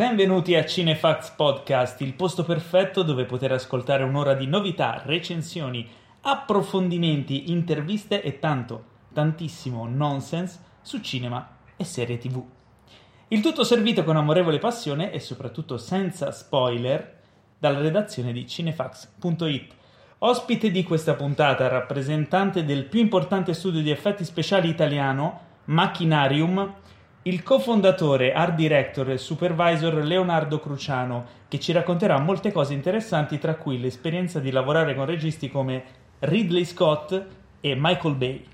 Benvenuti a Cinefax Podcast, il posto perfetto dove poter ascoltare un'ora di novità, recensioni, approfondimenti, interviste e tantissimo nonsense su cinema e serie TV. Il tutto servito con amorevole passione e soprattutto senza spoiler dalla redazione di cinefax.it. Ospite di questa puntata, rappresentante del più importante studio di effetti speciali italiano, Machinarium, il cofondatore, art director e supervisor Leonardo Cruciano, che ci racconterà molte cose interessanti, tra cui l'esperienza di lavorare con registi come Ridley Scott e Michael Bay.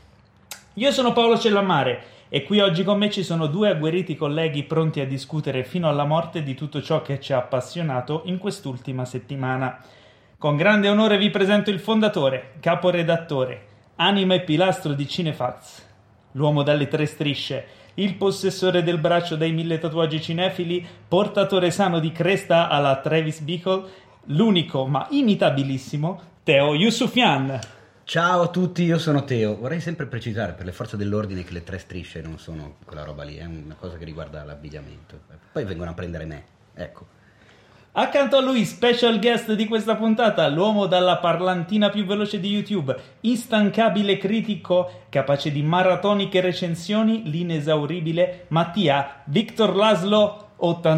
Io sono Paolo Cellammare e qui oggi con me ci sono due agguerriti colleghi pronti a discutere fino alla morte di tutto ciò che ci ha appassionato in quest'ultima settimana. Con grande onore vi presento il fondatore, caporedattore, anima e pilastro di Cinefax, l'uomo dalle 3 strisce, il possessore del braccio dai 1000 tatuaggi cinefili, portatore sano di cresta alla Travis Bickle, l'unico ma imitabilissimo Teo Yusufian. Ciao a tutti, io sono Teo. Vorrei sempre precisare per le forze dell'ordine che le 3 strisce non sono quella roba lì, è una cosa che riguarda l'abbigliamento. Poi vengono a prendere me, ecco. Accanto a lui, special guest di questa puntata, l'uomo dalla parlantina più veloce di YouTube, instancabile critico, capace di maratoniche recensioni, l'inesauribile Mattia Victor Laszlo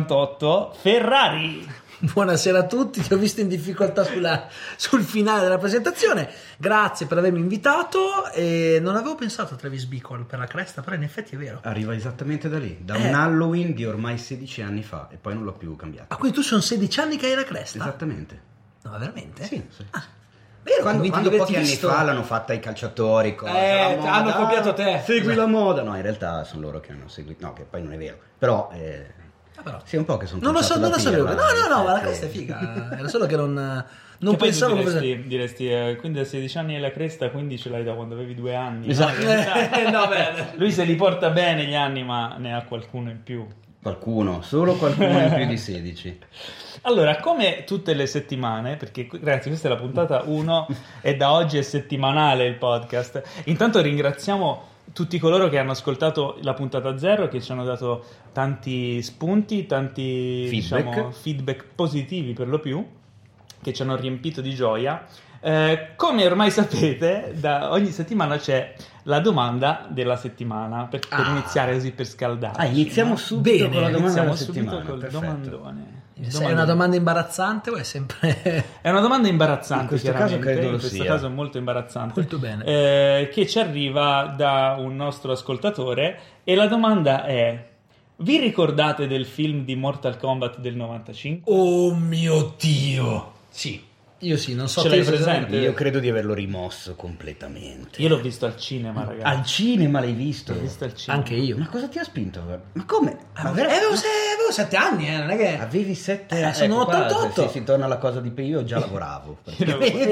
88 Ferrari. Buonasera a tutti, ti ho visto in difficoltà sul finale della presentazione, grazie per avermi invitato. E non avevo pensato a Travis Bickle per la cresta, però in effetti è vero. Arriva esattamente da lì, da un Halloween di ormai 16 anni fa e poi non l'ho più cambiato. Ah, quindi tu sono 16 anni che hai la cresta? Esattamente. No, veramente? Sì. Ah, vero, quando pochi anni fa l'hanno fatta i calciatori, hanno copiato te. Segui la moda. No, in realtà sono loro che hanno seguito. No, che poi non è vero. Però sì, un po' che sono non lo sapevo. pirla, No, ma la cresta è figa. Era solo che non pensavo che diresti quindi a 16 anni hai la cresta, quindi ce l'hai da quando avevi 2 anni. Esatto. No, lui se li porta bene gli anni, ma ne ha qualcuno in più. Solo qualcuno in più di 16. Allora, come tutte le settimane, perché ragazzi questa è la puntata 1 e da oggi è settimanale il podcast, intanto ringraziamo tutti coloro che hanno ascoltato la puntata 0, che ci hanno dato tanti spunti, tanti feedback positivi per lo più, che ci hanno riempito di gioia. Come ormai sapete, da ogni settimana c'è la domanda della settimana per iniziare così, per scaldarci. Iniziamo subito con la domanda della settimana. Subito col domandone. È una domanda imbarazzante o è sempre... È una domanda imbarazzante, in questo caso credo in questo caso è molto imbarazzante. Molto bene. Che ci arriva da un nostro ascoltatore e la domanda è: vi ricordate del film di Mortal Kombat del 95? Oh mio Dio! Sì. Io sì, non so. Ce l'hai presente? Io credo di averlo rimosso completamente. Io l'ho visto al cinema, ragazzi. Al cinema l'hai visto? L'ho visto al cinema. Anche io. Ma cosa ti ha spinto? Ma come? Avevo 7 anni, non è che... Avevi 7 anni? Sono 88. Se si torna alla cosa di prima, io già lavoravo. Tu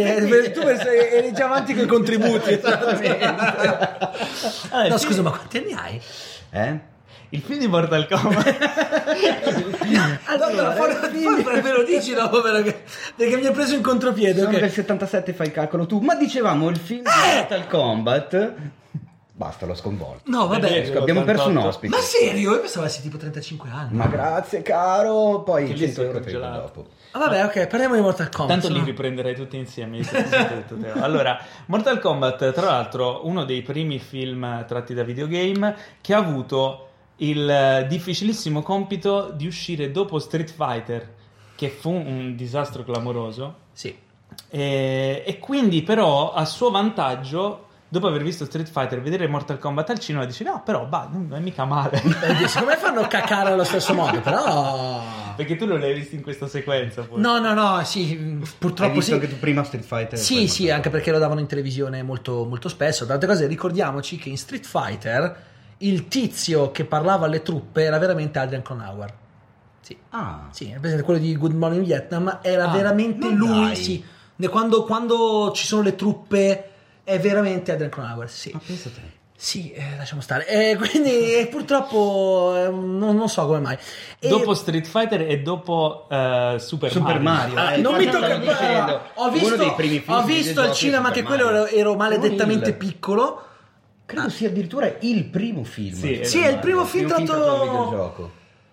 eri già avanti con i contributi. No, scusa, ma quanti anni hai? Il film di Mortal Kombat. Allora, me lo dici dopo, perché mi ha preso in contropiede. Sono del 77, fai il calcolo tu. Ma dicevamo il film di Mortal Kombat. Basta, l'ho sconvolto. No, vabbè. Abbiamo perso un ospite. Ma serio? Io pensavo avessi tipo 35 anni. Ma grazie, caro. Poi Che 100 euro congelato. dopo. Vabbè, ok, parliamo di Mortal Kombat. Tanto li riprenderai tutti insieme. Allora, Mortal Kombat, tra l'altro, uno dei primi film tratti da videogame che ha avuto il difficilissimo compito di uscire dopo Street Fighter, che fu un disastro clamoroso. Sì. E quindi però a suo vantaggio, dopo aver visto Street Fighter, vedere Mortal Kombat al cinema, dice no, però non è mica male. Come fanno cacare allo stesso modo? Però perché tu non l'hai visto in questa sequenza forse. No, sì, purtroppo. Hai visto sì. anche tu prima Street Fighter? Sì, anche perché lo davano in televisione molto, molto spesso. Tra altre cose, ricordiamoci che in Street Fighter il tizio che parlava alle truppe era veramente Adrian Cronauer. Sì. Sì, è presente quello di Good Morning Vietnam, era veramente lui. Dai. Sì. Quando ci sono le truppe è veramente Adrian Cronauer, sì. Ma pensa te. Sì, lasciamo stare. Quindi purtroppo non so come mai. Dopo Street Fighter e dopo Super Mario. Non mi tocca. Ho visto al cinema che quello ero maledettamente piccolo. Credo sia addirittura il primo film. Sì, è il primo film tratto tratto da videogioco.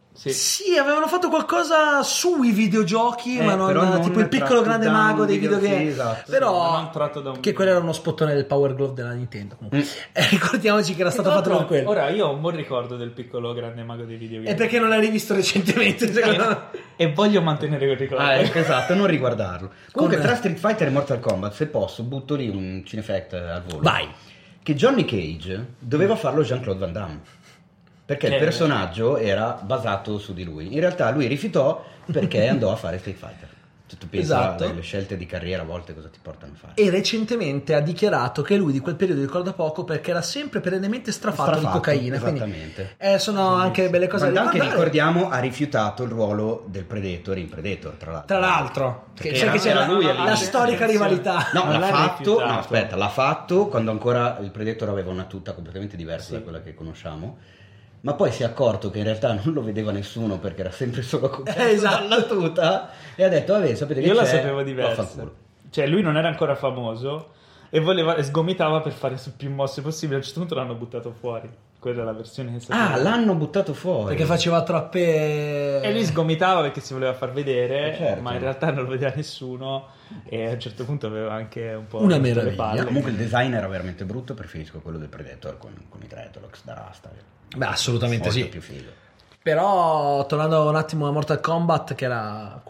Sì, avevano fatto qualcosa sui videogiochi, ma non tipo il piccolo grande mago dei videogame. Sì, esatto. Però non tratto da un che quello era uno spottone del Power Glove della Nintendo. Ricordiamoci che era stato fatto con quello. Ora io ho un buon ricordo del piccolo grande mago dei videogame. E perché non l'hai rivisto recentemente? Secondo me. E voglio mantenere quel ricordo. Esatto, non riguardarlo. Comunque tra Street Fighter e Mortal Kombat, se posso, butto lì un cinefact al volo. Vai. Che Johnny Cage doveva farlo Jean-Claude Van Damme, perché il personaggio era basato su di lui. In realtà lui rifiutò perché andò a fare Street Fighter. Tu pensa alle scelte di carriera a volte cosa ti portano a fare. E recentemente ha dichiarato che lui di quel periodo ricorda poco perché era sempre perennemente strafatto di cocaina. Esattamente. Quindi, sono anche belle cose da ricordare. Anche ricordiamo ha rifiutato il ruolo del Predator in Predator, tra l'altro. Che c'è la storica rivalità. No, l'ha fatto quando ancora il Predator aveva una tuta completamente diversa da quella che conosciamo. Ma poi si è accorto che in realtà non lo vedeva nessuno perché era sempre solo coperto dalla tuta e ha detto vabbè, sapete che io c'è? la sapevo diversa. Cioè lui non era ancora famoso e sgomitava per fare più mosse possibili. A un certo punto l'hanno buttato fuori. Quella è la versione che sapeva. L'hanno buttato fuori perché faceva troppe. E lui sgomitava perché si voleva far vedere, certo. Ma in realtà non lo vedeva nessuno. E a un certo punto aveva anche un po' una le meraviglia. palle. Comunque il design era veramente brutto, preferisco quello del Predator con i dreadlocks da rasta. Beh, assolutamente molto sì. più figo. Però tornando un attimo a Mortal Kombat, che era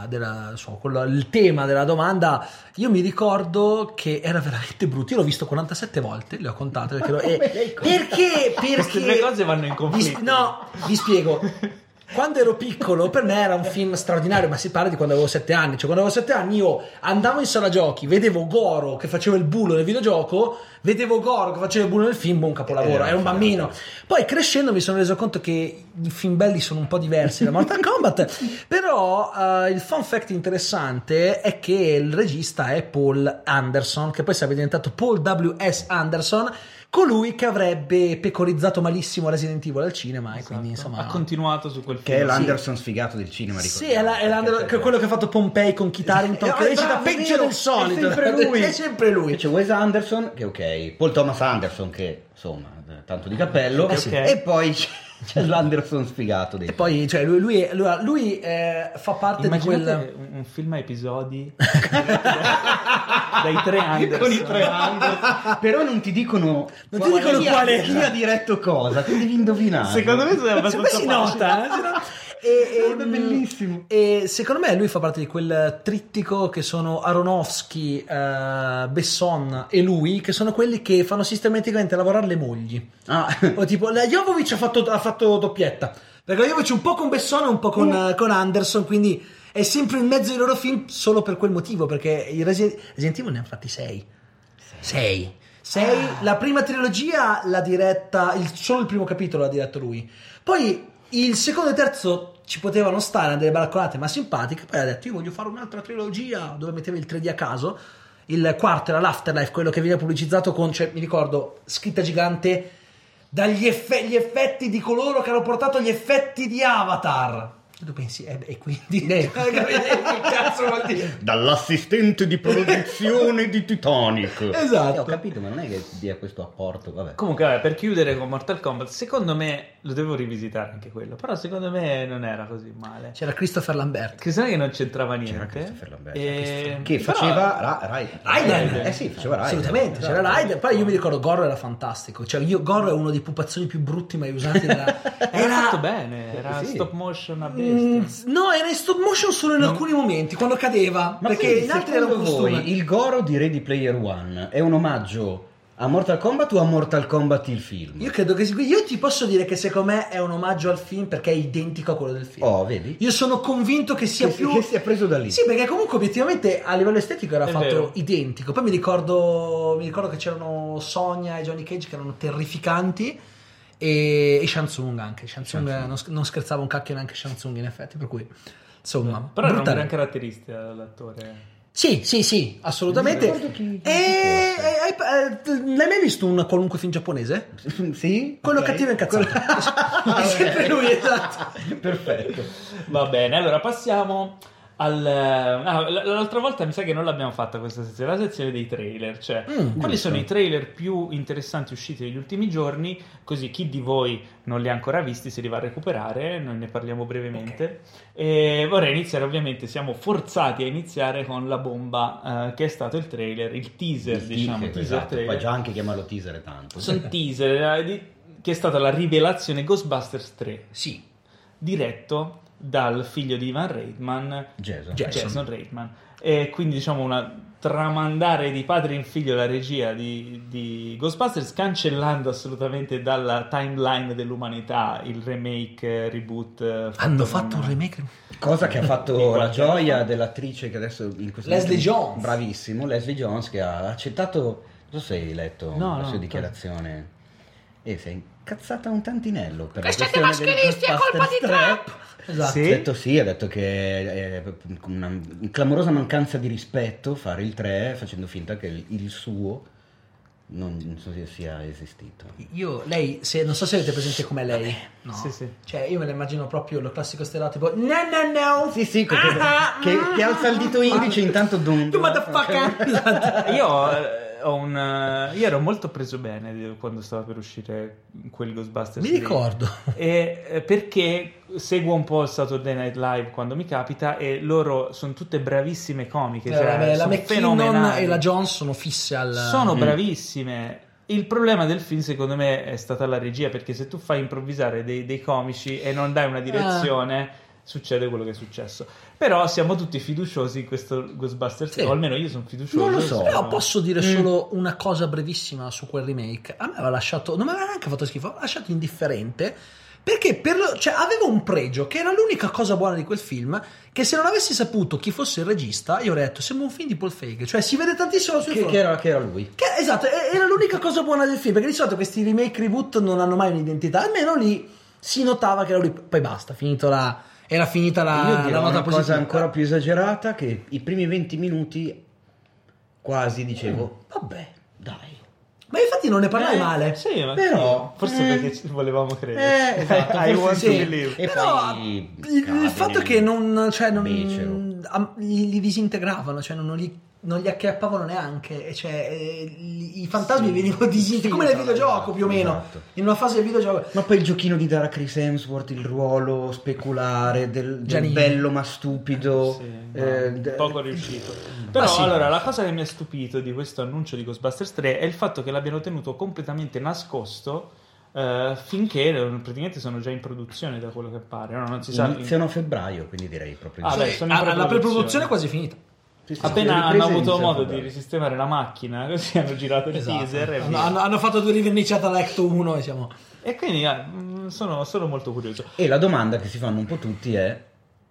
il tema della domanda, io mi ricordo che era veramente brutto. Io l'ho visto 47 volte, le ho contate perché queste due cose vanno in conflitto. Vi spiego. Quando ero piccolo per me era un film straordinario, ma si parla di quando avevo 7 anni. Cioè quando avevo 7 anni io andavo in sala giochi, vedevo Goro che faceva il bullo nel videogioco, vedevo Goro che faceva il bullo nel film, un capolavoro, era un bambino. Poi crescendo mi sono reso conto che i film belli sono un po' diversi da Mortal Kombat. Però il fun fact interessante è che il regista è Paul Anderson, che poi sarebbe diventato Paul W.S. Anderson, colui che avrebbe pecorizzato malissimo Resident Evil al cinema. E quindi insomma ha continuato su quel film. Che è l'Anderson sfigato del cinema, sì, è quello che ha fatto Pompei con Kit Harington, che recita peggio del solito. È sempre lui. C'è Wes Anderson, che ok, Paul Thomas Anderson, che insomma tanto di cappello, e poi c'è l'Anderson sfigato dei e poi cioè lui fa parte Immaginate di quel un film a episodi dai 3 Anderson. Con i 3 Anderson. Però non ti dicono quale chi ha diretto cosa, ti devi indovinare. Secondo me sono abbastanza si nota. È bellissimo. E secondo me lui fa parte di quel trittico che sono Aronofsky, Besson e lui, che sono quelli che fanno sistematicamente lavorare le mogli. O tipo Jovovich ha fatto doppietta, perché Jovovich un po' con Besson e un po' con Anderson, quindi è sempre in mezzo ai loro film solo per quel motivo, perché i Resident Evil ne hanno fatti 6. La prima trilogia l'ha diretta, solo il primo capitolo l'ha diretto lui. Poi il secondo e terzo ci potevano stare delle balconate ma simpatiche. Poi ha detto io voglio fare un'altra trilogia dove metteva il 3D a caso. Il quarto era l'Afterlife, quello che veniva pubblicizzato con, cioè, mi ricordo, scritta gigante, gli effetti di coloro che hanno portato gli effetti di Avatar. E tu pensi, e quindi che cazzo vuol dire? Dall'assistente di produzione di Titanic. Esatto. Ho capito, ma non è che dia questo apporto, vabbè. Comunque, per chiudere con Mortal Kombat, secondo me lo devo rivisitare anche quello, però secondo me non era così male. C'era Christopher Lambert, che sai che non c'entrava niente. C'era Christopher Lambert, che però faceva Raiden. Sì, faceva Raiden. Assolutamente, c'era Raiden. Poi io mi ricordo Goro era fantastico. Cioè Goro è uno dei pupazzoni più brutti mai usati era fatto bene, era stop motion a bestia. No, era in stop motion solo in alcuni momenti, quando cadeva. Ma perché in altri era un costume. Il Goro di Ready Player One è un omaggio a Mortal Kombat o a Mortal Kombat il film? Io credo che io ti posso dire che secondo me è un omaggio al film perché è identico a quello del film. Oh, vedi? Io sono convinto che sia che sia preso da lì. Sì, perché comunque obiettivamente a livello estetico era fatto vero. Identico. Poi mi ricordo che c'erano Sonya e Johnny Cage che erano terrificanti. E Shansung anche. Shansung. Non scherzava un cacchio neanche Shansung in effetti, per cui insomma. Però era una gran caratteristica dell'attore. Sì, assolutamente. L'hai mai visto un qualunque film giapponese? Sì. Quello cattivo e incazzato. È sempre lui, esatto. Perfetto. Va bene, allora passiamo L'altra volta mi sa che non l'abbiamo fatta questa sezione, la sezione dei trailer, cioè quali sono i trailer più interessanti usciti negli ultimi giorni, così chi di voi non li ha ancora visti se li va a recuperare, noi ne parliamo brevemente. E vorrei iniziare, ovviamente siamo forzati a iniziare con la bomba che è stato il trailer, il teaser, teaser esatto. trailer. Poi già anche chiamarlo teaser è tanto. Sono teaser che è stata la rivelazione Ghostbusters 3, sì, diretto dal figlio di Ivan Reitman, Jason Reitman, e quindi diciamo una tramandare di padre in figlio la regia di Ghostbusters, cancellando assolutamente dalla timeline dell'umanità il remake, reboot. Hanno fatto un remake, cosa che ha fatto la gioia dell'attrice che adesso in questo Leslie Jones, bravissimo, Leslie Jones, che ha accettato, non so se hai letto la sua dichiarazione, e si è incazzata un tantinello per che la siete maschilisti, è colpa di Trump. Esatto. Sì? Ha detto che è una clamorosa mancanza di rispetto fare il 3 facendo finta che il suo non so se sia esistito. Lei, non so se avete presente com'è lei. No. Sì. Cioè io me la immagino proprio lo classico stereotipo. No. Sì, che alza il dito indice intanto you motherfucker. Io ero molto preso bene quando stava per uscire quel Ghostbusters. Mi ricordo. Perché seguo un po' il Saturday Night Live quando mi capita, e loro sono tutte bravissime comiche. La McKinnon e la Jones sono fisse sono bravissime. Il problema del film secondo me è stata la regia, perché se tu fai improvvisare dei comici e non dai una direzione succede quello che è successo. Però siamo tutti fiduciosi in questo Ghostbusters, o almeno io sono fiducioso. Non lo so, però posso dire solo una cosa brevissima su quel remake. A me aveva lasciato, non mi aveva neanche fatto schifo, aveva lasciato indifferente, perché aveva un pregio, che era l'unica cosa buona di quel film, che se non avessi saputo chi fosse il regista, io avrei detto sembra un film di Paul Feig, cioè si vede tantissimo che era lui. Esatto, era l'unica cosa buona del film, perché di solito questi remake reboot non hanno mai un'identità, almeno lì si notava che era lui, poi basta, era finita la nota positiva. Una cosa ancora più esagerata, che i primi 20 minuti quasi dicevo vabbè, dai. Ma infatti non ne parlai male. Sì, ma però forse perché ci volevamo credere. Esatto, I want to believe. E però poi il fatto che li disintegravano, cioè non li acchiappavano neanche, cioè i fantasmi venivano disintegrati come nel videogioco, più o meno, esatto. In una fase del videogioco. Ma poi il giochino di dare a Chris Hemsworth il ruolo speculare del bello ma stupido, poco riuscito. Però allora la cosa che mi ha stupito di questo annuncio di Ghostbusters 3 è il fatto che l'abbiano tenuto completamente nascosto finché praticamente sono già in produzione, da quello che pare. Non si sa. Iniziano a febbraio, quindi direi proprio la preproduzione è quasi finita. Appena hanno avuto modo di risistemare la macchina, così hanno girato il teaser e hanno fatto 2 riverniciate alla Ecto 1 e quindi sono molto curioso. E la domanda che si fanno un po' tutti è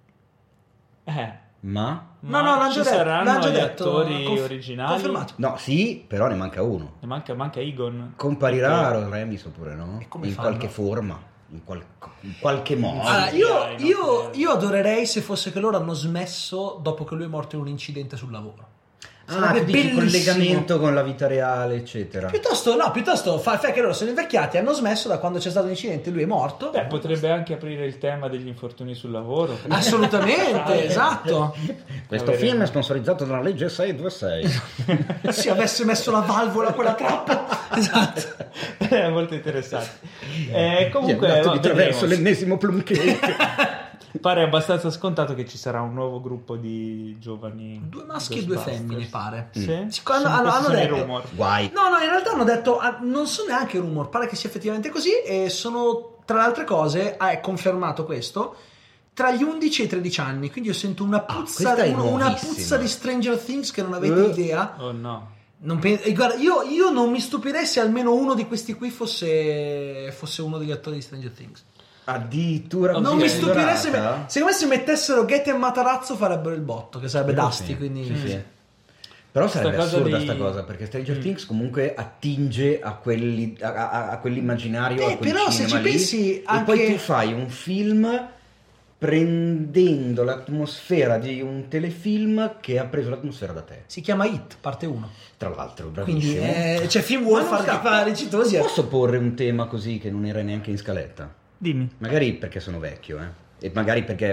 no, l'hanno già gli detto, attori originali confermato. No, sì, però ne manca uno. Ne manca Egon. Comparirà Harold Ramis oppure no? In qualche forma, in qualche modo. Allora, io adorerei se fosse che loro hanno smesso dopo che lui è morto in un incidente sul lavoro. Sarebbe bellissimo. Collegamento con la vita reale, eccetera. Piuttosto fai che loro sono invecchiati, hanno smesso da quando c'è stato l'incidente, lui è morto. Potrebbe anche aprire il tema degli infortuni sul lavoro. Assolutamente, esatto. Questo film è sponsorizzato dalla legge 626. Se avesse messo la valvola quella trappola. Esatto. È molto interessante. Comunque attraverso l'ennesimo plum cake. Pare abbastanza scontato che ci sarà un nuovo gruppo di giovani, 2 maschi e 2 femmine, pare. Sì? Hanno detto rumor. Guai. No, in realtà hanno detto non sono neanche rumor, pare che sia effettivamente così, e sono, tra le altre cose, è confermato questo, tra gli 11 e i 13 anni, quindi io sento una puzza di Stranger Things che non avete idea. Oh no. Guarda, io non mi stupirei se almeno uno di questi qui fosse uno degli attori di Stranger Things. Addirittura non mi stupirei secondo me se mettessero Getty e Matarazzo farebbe il botto, che sarebbe Dusty, quindi sì. Però sarebbe assurda sta cosa, perché Stranger Things comunque attinge a quell'immaginario, a quel però cinema se ci pensi anche... e poi tu fai un film prendendo l'atmosfera di un telefilm che ha preso l'atmosfera da te. Si chiama It, parte 1. Tra l'altro, bravissimo. Quindi c'è film vuol fare recitosi. Posso porre un tema così che non era neanche in scaletta? Dimmi. Magari perché sono vecchio, e magari perché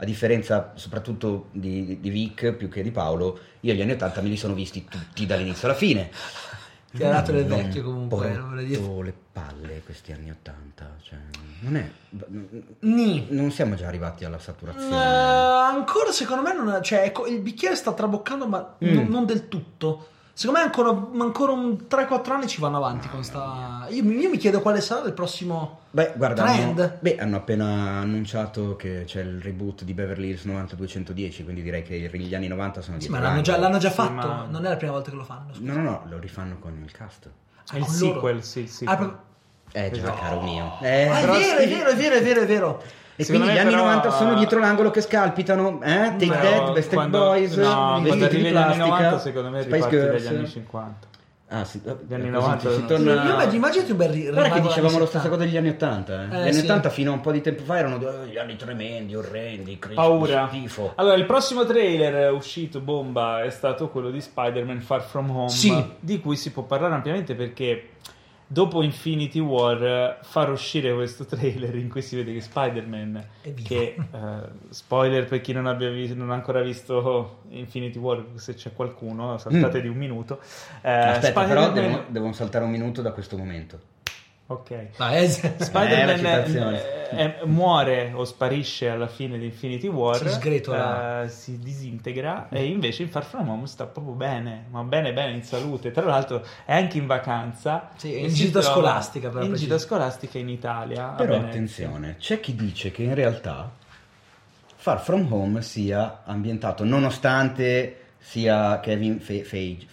a differenza soprattutto di Vic più che di Paolo, io gli anni 80 me li sono visti tutti dall'inizio alla fine. Ti ha dato del vecchio comunque. Ho le palle questi anni 80, cioè non è non siamo già arrivati alla saturazione. Ancora secondo me non, cioè il bicchiere sta traboccando, ma non del tutto. Secondo me ancora un 3-4 anni ci vanno avanti con sta. Io mi chiedo quale sarà il prossimo trend. Hanno appena annunciato che c'è il reboot di Beverly Hills 90210, quindi direi che gli anni 90 sono ma l'hanno già fatto, non è la prima volta che lo fanno. Scusa. No, lo rifanno con il cast. Il sequel, sì. Già, caro mio. È vero. E quindi gli anni 90 sono dietro l'angolo che scalpitano, Take That, Backstreet Boys, vestiti di plastica, 90, secondo me riparte dagli anni 50. Ah sì, gli anni 90 si torna. Immaginati un bel guarda che dicevamo lo stesso cosa degli anni 80. Gli anni 80 fino a un po' di tempo fa erano gli anni tremendi, orrendi, paura. schifo. Allora, il prossimo trailer uscito bomba è stato quello di Spider-Man Far From Home, di cui si può parlare ampiamente perché dopo Infinity War far uscire questo trailer in cui si vede che Spider-Man, che spoiler per chi non ha ancora visto Infinity War, se c'è qualcuno saltate di un minuto, aspetta, però devono saltare un minuto da questo momento. Ok, Spider-Man muore o sparisce alla fine di Infinity War, si sgretola, si disintegra, e invece in Far From Home sta proprio bene, ma bene in salute. Tra l'altro è anche in vacanza, in gita scolastica, gita scolastica in Italia. Però attenzione, c'è chi dice che in realtà Far From Home sia ambientato, nonostante sia Kevin Feige.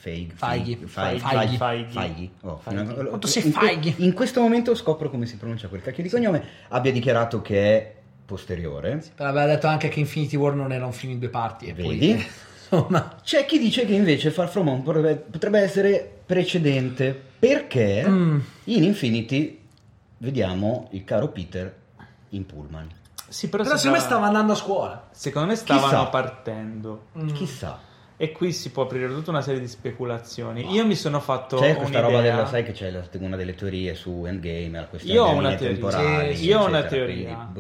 Quanto sei Feige? In questo momento scopro come si pronuncia quel cacchio di cognome. Abbia dichiarato che è posteriore. Però aveva detto anche che Infinity War non era un film in 2 parti. E vedi? Insomma, c'è chi dice che invece Far From Home potrebbe essere precedente, perché in Infinity vediamo il caro Peter in pullman. Sì, però secondo me stava andando a scuola. Secondo me stavano partendo. Chissà. E qui si può aprire tutta una serie di speculazioni. Io mi sono fatto c'è questa roba sai che c'è una delle teorie su Endgame, la questione io ho una teoria. Temporali, io ho una teoria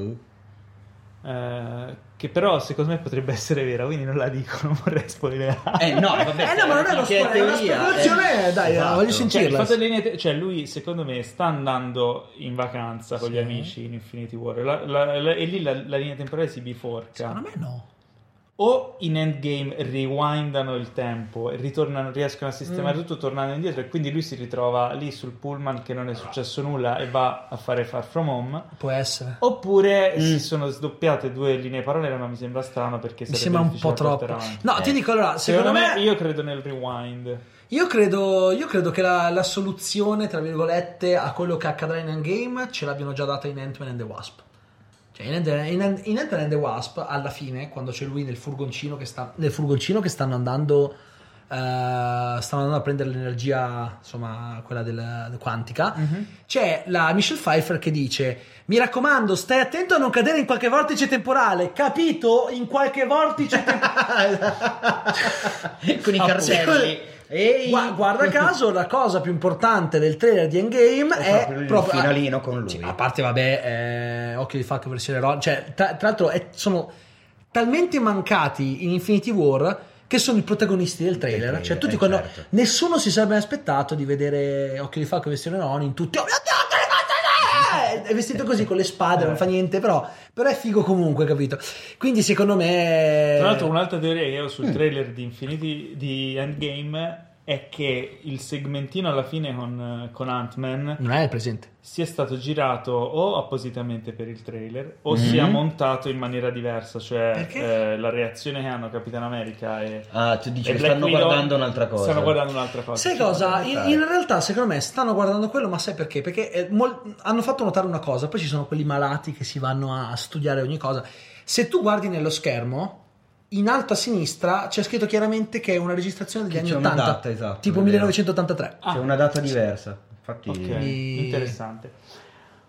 che però secondo me potrebbe essere vera, quindi non la dico, non vorrei spoilerare. No, ma non è una spoiler, è una speculazione, dai, voglio sentirla. Cioè lui secondo me sta andando in vacanza con gli amici in Infinity War e lì la linea temporale si biforca. Secondo me no. O in Endgame rewindano il tempo e riescono a sistemare tutto tornando indietro, e quindi lui si ritrova lì sul pullman che non è successo nulla e va a fare Far From Home. Può essere. Oppure si sono sdoppiate 2 linee parallele, ma mi sembra strano perché mi sembra un po' troppo. No, ti dico, allora, secondo me io credo nel rewind. Io credo che la soluzione, tra virgolette, a quello che accadrà in Endgame ce l'abbiano già data in Ant-Man and the Wasp. In Ant-Man and the Wasp, alla fine, quando c'è lui nel furgoncino che stanno andando a prendere l'energia, insomma, quella del quantica, c'è la Michelle Pfeiffer che dice: mi raccomando, stai attento a non cadere in qualche vortice temporale, capito? In qualche vortice temporale. Con i cartelli. Guarda caso, la cosa più importante del trailer di Endgame è proprio il finalino con lui. A parte, Occhio di Falco versione Ron, cioè tra l'altro sono talmente mancati in Infinity War che sono i protagonisti del trailer. Cioè tutti quando certo. Nessuno si sarebbe aspettato di vedere Occhio di Falco versione Ron in tutti. È vestito così con le spade, non fa niente, però è figo comunque, capito? Quindi secondo me, tra l'altro, un'altra teoria che ho sul trailer di Endgame è che il segmentino alla fine con Ant-Man non è presente, sia stato girato o appositamente per il trailer o sia montato in maniera diversa, cioè la reazione che hanno Capitan America e tu dici che stanno guardando un'altra cosa. Stanno guardando un'altra cosa. Sai cosa? In realtà secondo me stanno guardando quello, ma sai perché? Perché hanno fatto notare una cosa, poi ci sono quelli malati che si vanno a studiare ogni cosa. Se tu guardi nello schermo, in alto a sinistra c'è scritto chiaramente che è una registrazione degli anni 80, data, esatto, tipo 1983. C'è una data diversa, infatti. Interessante.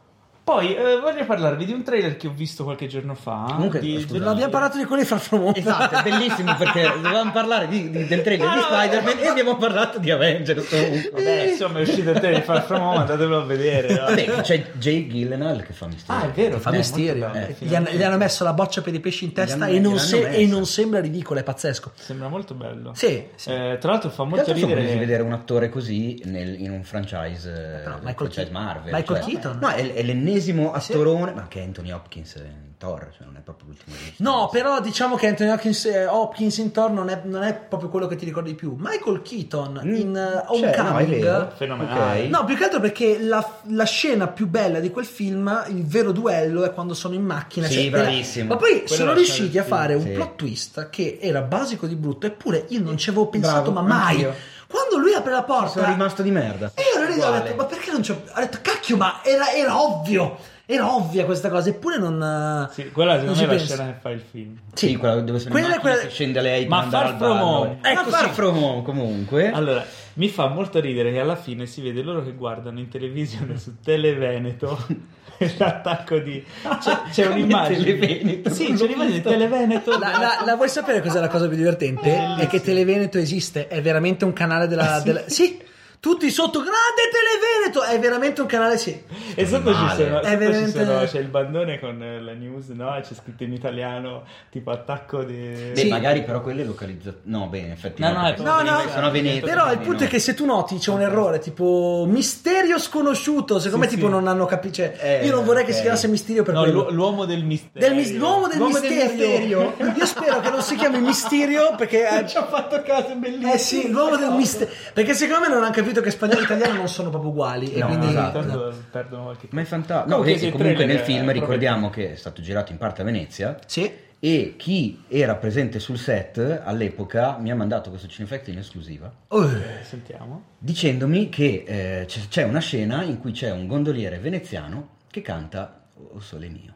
Poi voglio parlarvi di un trailer che ho visto qualche giorno fa. Comunque, non abbiamo parlato di quelli Far From Home. Esatto, è bellissimo perché dovevamo parlare del trailer di Spider-Man e abbiamo parlato di Avengers. Vabbè, insomma, è uscito il trailer di Far From Home, andatelo a vedere. No? Vabbè, c'è Jake Gyllenhaal che fa Mysterio. Ah, è vero, Fa Mysterio. Gli hanno messo la boccia per i pesci in testa e non sembra ridicolo, è pazzesco. Sembra molto bello. Sì. Tra l'altro fa molto ridere ridere vedere un attore così in un franchise, Marvel. Michael Keaton. No, è l'ennesimo attorone, ma che è Anthony Hopkins in Thor, cioè non è proprio l'ultimo. No, però diciamo che Anthony Hopkins in Thor non è proprio quello che ti ricordi di più. Michael Keaton in Homecoming, fenomenale. No, più che altro perché la scena più bella di quel film, il vero duello, è quando sono in macchina. Sì, bravissimo. Ma poi sono riusciti a fare un plot twist che era basico di brutto, eppure io non ci avevo pensato, ma mai. Anch'io. Quando lui apre la porta, sono rimasto di merda. E io ho detto, ma perché non c'ho. Ho detto, cacchio, ma era ovvio. Era ovvia questa cosa, eppure non. Sì, quella secondo me è la scena che fa il film. Sì, quella dove sono che scende lei per andare al bar. Ecco, Far From Home comunque. Allora, mi fa molto ridere che alla fine si vede loro che guardano in televisione su Televeneto l'attacco di c'è un'immagine Televeneto. Sì, c'è un'immagine di Televeneto. La vuoi sapere cos'è la cosa più divertente? È che Televeneto esiste, è veramente un canale della sì. Tutti sotto grande Televeneto, è veramente un canale, sì. E sotto veramente... c'è il bandone con la news, no? C'è scritto in italiano tipo attacco di... Sì, magari però quelle localizzazioni. No, bene, effettivamente. No, sono a Venezia. Però il punto è che se tu noti c'è un errore, tipo Misterio sconosciuto, secondo me tipo non hanno capito, cioè, io non vorrei che si chiamasse Misterio per quello. L'uomo del misterio. L'uomo del misterio. Io spero che non si chiami Misterio perché ci ha fatto caso, è bellissimo. Sì, l'uomo del misterio, perché secondo me non hanno capito che spagnolo e italiano non sono proprio uguali, e quindi perdono qualche... Ma è fantastico. No, comunque nel film ricordiamo che è stato girato in parte a Venezia. Sì. E chi era presente sul set all'epoca mi ha mandato questo Cinefact in esclusiva. Sentiamo. Dicendomi che c'è una scena in cui c'è un gondoliere veneziano che canta O Sole Mio.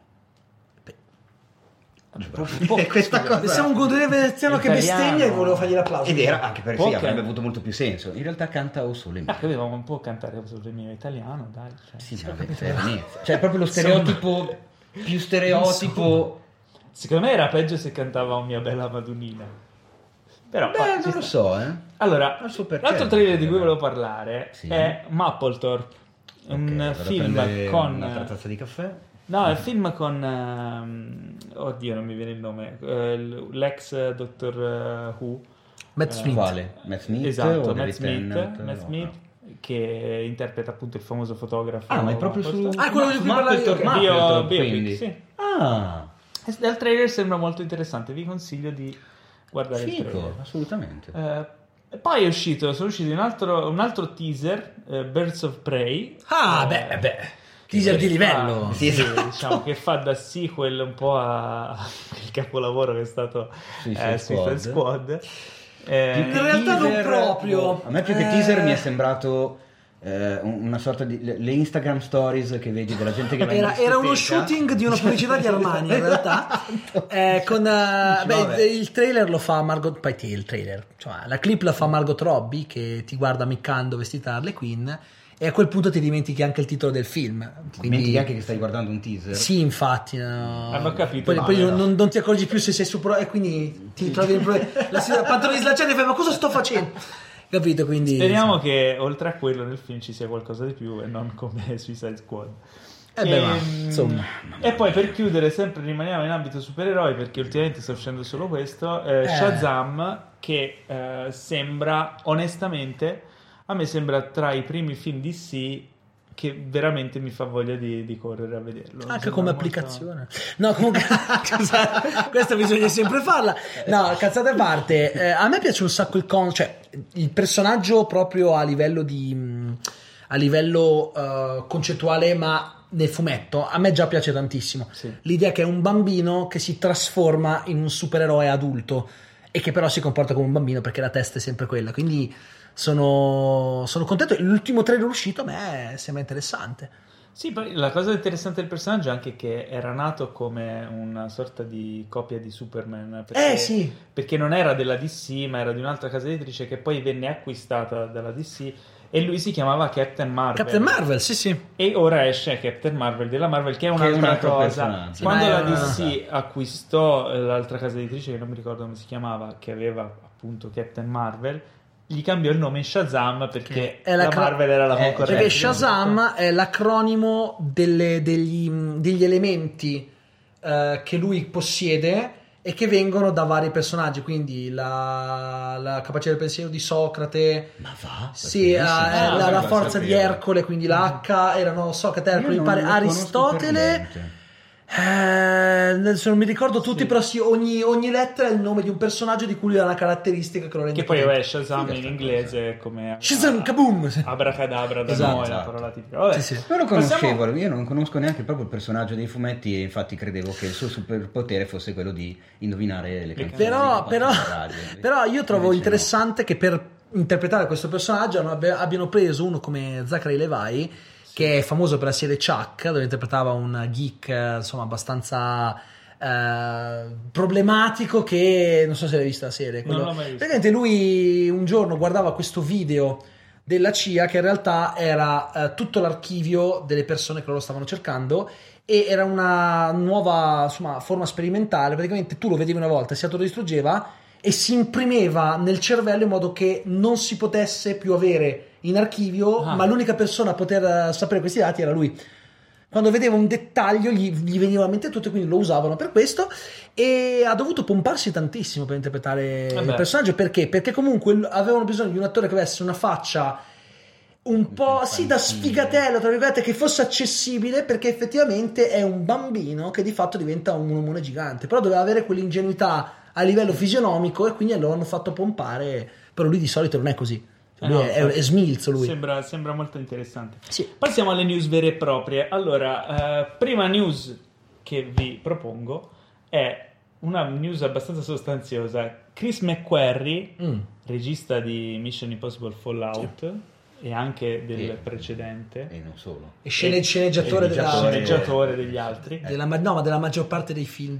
Questa cosa, siamo un gondoliere veneziano che bestemmia e volevo fargli l'applauso. Ed era anche perché avrebbe avuto molto più senso. In realtà canta O Sole Mio. Capivamo un po' cantare O Sole Mio italiano, dai. Sì, ma cioè proprio lo stereotipo più stereotipo. Secondo me era peggio se cantava O Mia Bella Madonnina. Però non lo so, Allora, l'altro trailer di cui volevo parlare è Mapplethorpe, un film con una tazza di caffè. No, è il film con oddio, non mi viene il nome, l'ex Dottor Who, Matt Smith. Matt Smith. Esatto, Matt Smith che interpreta appunto il famoso fotografo. Ma è proprio su quello di cui parlavi biopic, sì. Dal trailer sembra molto interessante, vi consiglio di guardare il trailer. Assolutamente. E poi sono usciti un altro teaser, Birds of Prey. Teaser di livello. Sì, diciamo che fa da sequel un po' al capolavoro che è stato Suicide Squad. In realtà non proprio. A me più che teaser mi è sembrato una sorta di le Instagram stories che vedi della gente che va in era uno shooting di una pubblicità di Armani in realtà. Il trailer lo fa Margot, la clip la fa Margot Robbie che ti guarda ammiccando vestita Harley Quinn. E a quel punto ti dimentichi anche il titolo del film. Dimentichi anche che stai guardando un teaser. Sì, infatti. No. Avevo capito. Poi non ti accorgi più se sei su e quindi ti trovi in pantaloni slacciati e fai: ma cosa sto facendo? Capito? Quindi speriamo che oltre a quello nel film ci sia qualcosa di più e non come Suicide Squad. Insomma. E poi per chiudere, sempre rimaniamo in ambito supereroi perché ultimamente sta uscendo solo questo. Shazam, che sembra onestamente. A me sembra tra i primi film DC che veramente mi fa voglia di correre a vederlo. Anche come applicazione. No, comunque questa bisogna sempre farla. No, cazzate a parte, a me piace un sacco il personaggio proprio a livello concettuale, ma nel fumetto a me già piace tantissimo. Sì. L'idea che è un bambino che si trasforma in un supereroe adulto e che però si comporta come un bambino perché la testa è sempre quella, quindi sono contento. L'ultimo trailer uscito a me sembra interessante. Sì, poi la cosa interessante del personaggio è anche che era nato come una sorta di copia di Superman. Perché, sì. Perché non era della DC, ma era di un'altra casa editrice che poi venne acquistata dalla DC e lui si chiamava Captain Marvel. Captain Marvel, sì. E ora esce Captain Marvel della Marvel, che è un'altra cosa. Quando la DC acquistò l'altra casa editrice, che non mi ricordo come si chiamava, che aveva appunto Captain Marvel, gli cambiò il nome in Shazam perché la Marvel era la concorrenza. Perché Shazam è l'acronimo degli elementi che lui possiede e che vengono da vari personaggi, quindi la capacità del pensiero di Socrate, sì, la forza di Ercole, quindi la H erano Socrate, Ercole, mi pare Aristotele. Adesso non mi ricordo tutti, però sì, ogni lettera è il nome di un personaggio di cui lui ha una caratteristica che lo rende. Che poi è Shazam in inglese come Shazam Kaboom, Abracadabra da noi, la parola tipica. Vabbè, sì. Non lo conoscevo, io non conosco neanche proprio il personaggio dei fumetti e infatti credevo che il suo superpotere fosse quello di indovinare le canzoni. Però io trovo interessante che per interpretare questo personaggio abbiano preso uno come Zachary Levi, che è famoso per la serie Chuck, dove interpretava un geek insomma abbastanza problematico, che non so se l'hai vista la serie. Non l'ho mai vista. Praticamente lui un giorno guardava questo video della CIA che in realtà era tutto l'archivio delle persone che loro stavano cercando, e era una nuova insomma forma sperimentale. Praticamente tu lo vedevi una volta, si autodistruggeva e si imprimeva nel cervello in modo che non si potesse più avere in archivio, ma l'unica persona a poter sapere questi dati era lui. Quando vedeva un dettaglio gli veniva a mente tutto, e quindi lo usavano per questo, e ha dovuto pomparsi tantissimo per interpretare il personaggio. Perché comunque avevano bisogno di un attore che avesse una faccia un po' da sfigatello, tra virgolette, che fosse accessibile, perché effettivamente è un bambino che di fatto diventa un omone gigante, però doveva avere quell'ingenuità a livello fisionomico, e quindi lo hanno fatto pompare. Però lui di solito non è così. Lui è smilzo, lui. Sembra molto interessante. Sì. Passiamo alle news vere e proprie. Allora, prima news che vi propongo è una news abbastanza sostanziosa. Chris McQuarrie, regista di Mission Impossible Fallout e anche del precedente, e non solo, e sceneggiatore degli altri, della maggior parte dei film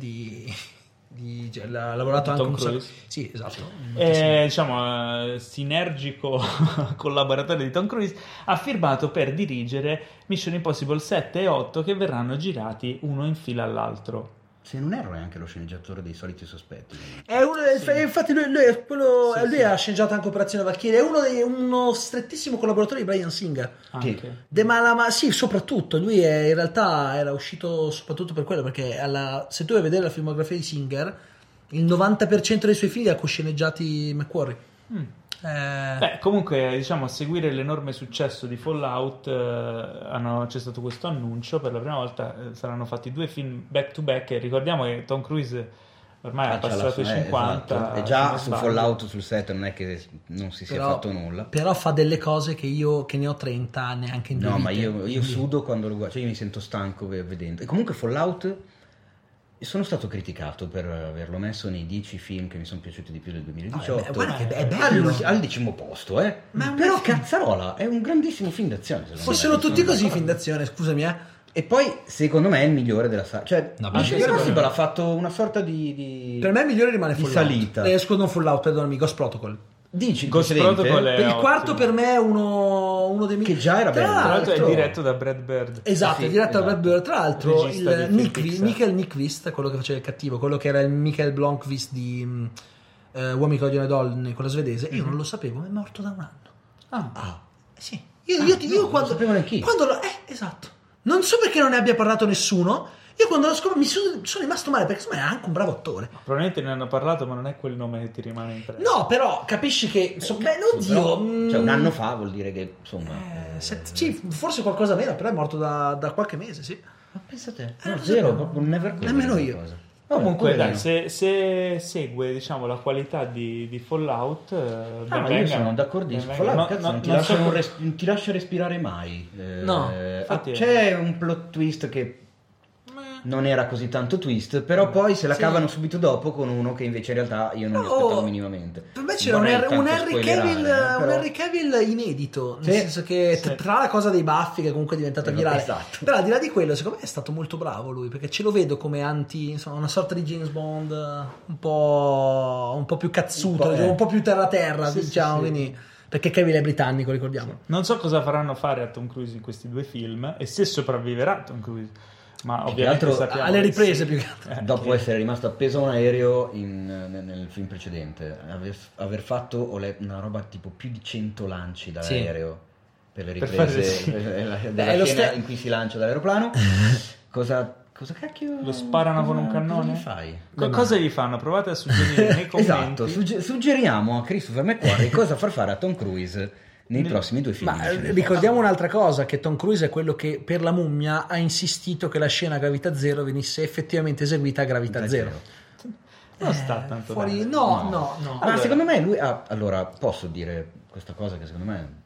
ha lavorato anche Tom Cruise. Sì, esatto. Diciamo sinergico collaboratore di Tom Cruise, ha firmato per dirigere Mission Impossible 7 e 8, che verranno girati uno in fila all'altro. Se non erro è anche lo sceneggiatore dei Soliti Sospetti. Infatti lui ha sceneggiato anche Operazione Valkyrie, è uno strettissimo collaboratore di Bryan Singer. Sì, soprattutto lui in realtà era uscito soprattutto per quello, perché se tu vai a vedere la filmografia di Singer, il 90% dei suoi film li ha cosceneggiati McQuarrie. Comunque, diciamo, a seguire l'enorme successo di Fallout, c'è stato questo annuncio. Per la prima volta saranno fatti 2 film back to back, e ricordiamo che Tom Cruise ormai ha passato i 50. Esatto. E già su Fallout, sul set, non è che non si sia fatto nulla. Però fa delle cose che io, che ne ho 30, neanche in 2 vite. Ma io sudo quando lo guardo, cioè io mi sento stanco vedendo. E comunque Fallout, sono stato criticato per averlo messo nei 10 film che mi sono piaciuti di più del 2018. Guarda che è bello. Al 10° posto, però cazzarola, è un grandissimo film d'azione. Fossero tutti così film d'azione, scusami, E poi, secondo me, è il migliore della saga. Cioè, Mission Impossible ha fatto una sorta di per me il migliore rimane Fallout. Salita. Non Fallout, perdonami, Ghost Protocol. Dici Ghost Protocol è il quarto per me è uno dei migliori, che già era bello. Tra l'altro è diretto da Brad Bird. Esatto, è diretto da Brad Bird. Tra l'altro Michael Nyqvist, quello che faceva il cattivo, quello che era il Michael Blomqvist di Uomini che odiano le donne, quello svedese, io non lo sapevo, è morto da un anno. Sì. Io quando sapevo neanche io. Esatto. Non so perché non ne abbia parlato nessuno. Io quando l'ho scoperto mi sono rimasto male, perché secondo me è anche un bravo attore. Probabilmente ne hanno parlato, ma non è quel nome che ti rimane impresso. No, però capisci che cioè un anno fa vuol dire che insomma sì, forse qualcosa meno, però è morto da qualche mese, sì. Ma pensate, zero, proprio never clue. Nemmeno io. Comunque dai, se segue, diciamo, la qualità di Fallout, io sono d'accordissimo. Fallout non ti lascia respirare mai. No, infatti c'è un plot twist che non era così tanto twist, però poi se la cavano subito dopo con uno che invece in realtà io non mi aspettavo minimamente. Per me c'era un Henry Cavill inedito, nel senso che tra la cosa dei baffi che comunque è diventata virale, però al di là di quello secondo me è stato molto bravo lui, perché ce lo vedo come insomma, una sorta di James Bond un po' più cazzuto, un po' più terra diciamo, quindi perché Cavill è britannico, ricordiamo. Non so cosa faranno fare a Tom Cruise in questi 2 film e se sopravviverà Tom Cruise, ma ovviamente sappiamo alle riprese più che altro. Dopo essere rimasto appeso a un aereo nel film precedente, aver fatto una roba tipo più di 100 lanci dall'aereo per le riprese della scena in cui si lancia dall'aeroplano. Cosa cacchio? Lo sparano con un cannone? Cosa gli fai? Cosa gli fanno? Provate a suggerire nei commenti. Esatto, suggeriamo a Christopher McQuarrie cosa far fare a Tom Cruise nei prossimi 2 film. Ma ricordiamo un'altra cosa, che Tom Cruise è quello che per La Mummia ha insistito che la scena Gravità Zero venisse effettivamente esuita a Gravità Zero. Non sta tanto fuori, no. Ma allora, secondo me lui allora posso dire questa cosa che secondo me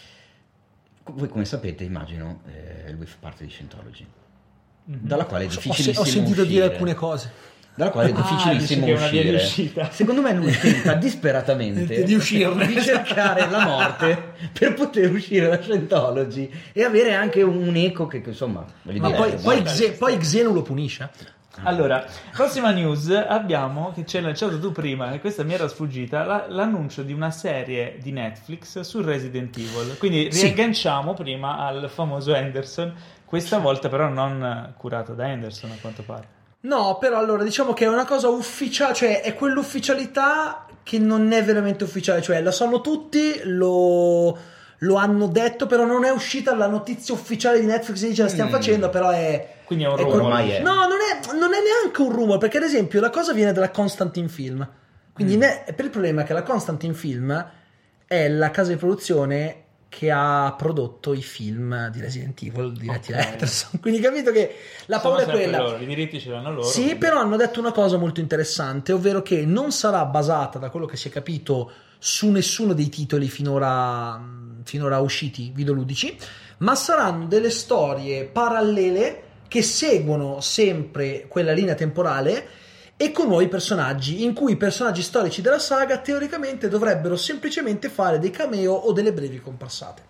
voi come sapete, immagino, lui fa parte di Scientology. Dalla quale è difficilissimo ho sentito uscire. dire alcune cose Dalla quale è difficilissimo uscire. Secondo me lui tenta disperatamente di uscirne, di cercare la morte per poter uscire da Scientology e avere anche un eco che insomma. Ma poi Xenu lo punisce. Allora, prossima news abbiamo, che ci hai lanciato tu prima, e questa mi era sfuggita, l'annuncio di una serie di Netflix su Resident Evil. Quindi riagganciamo prima al famoso Henderson, questa volta però non curato da Henderson a quanto pare. No, però allora diciamo che è una cosa ufficiale, cioè è quell'ufficialità che non è veramente ufficiale, cioè la sanno tutti, lo hanno detto, però non è uscita la notizia ufficiale di Netflix che dice la stiamo facendo, però è... Quindi è un rumore. No, non è neanche un rumore, perché ad esempio la cosa viene dalla Constantine Film, quindi per il problema è che la Constantine Film è la casa di produzione che ha prodotto i film di Resident Evil diretti da Henderson, quindi capito che la paura è quella. Loro, i diritti ce l'hanno loro. Sì, quindi. però hanno detto una cosa molto interessante, ovvero che non sarà basata, da quello che si è capito, su nessuno dei titoli finora usciti videoludici, ma saranno delle storie parallele che seguono sempre quella linea temporale e con nuovi personaggi, in cui i personaggi storici della saga teoricamente dovrebbero semplicemente fare dei cameo o delle brevi comparsate.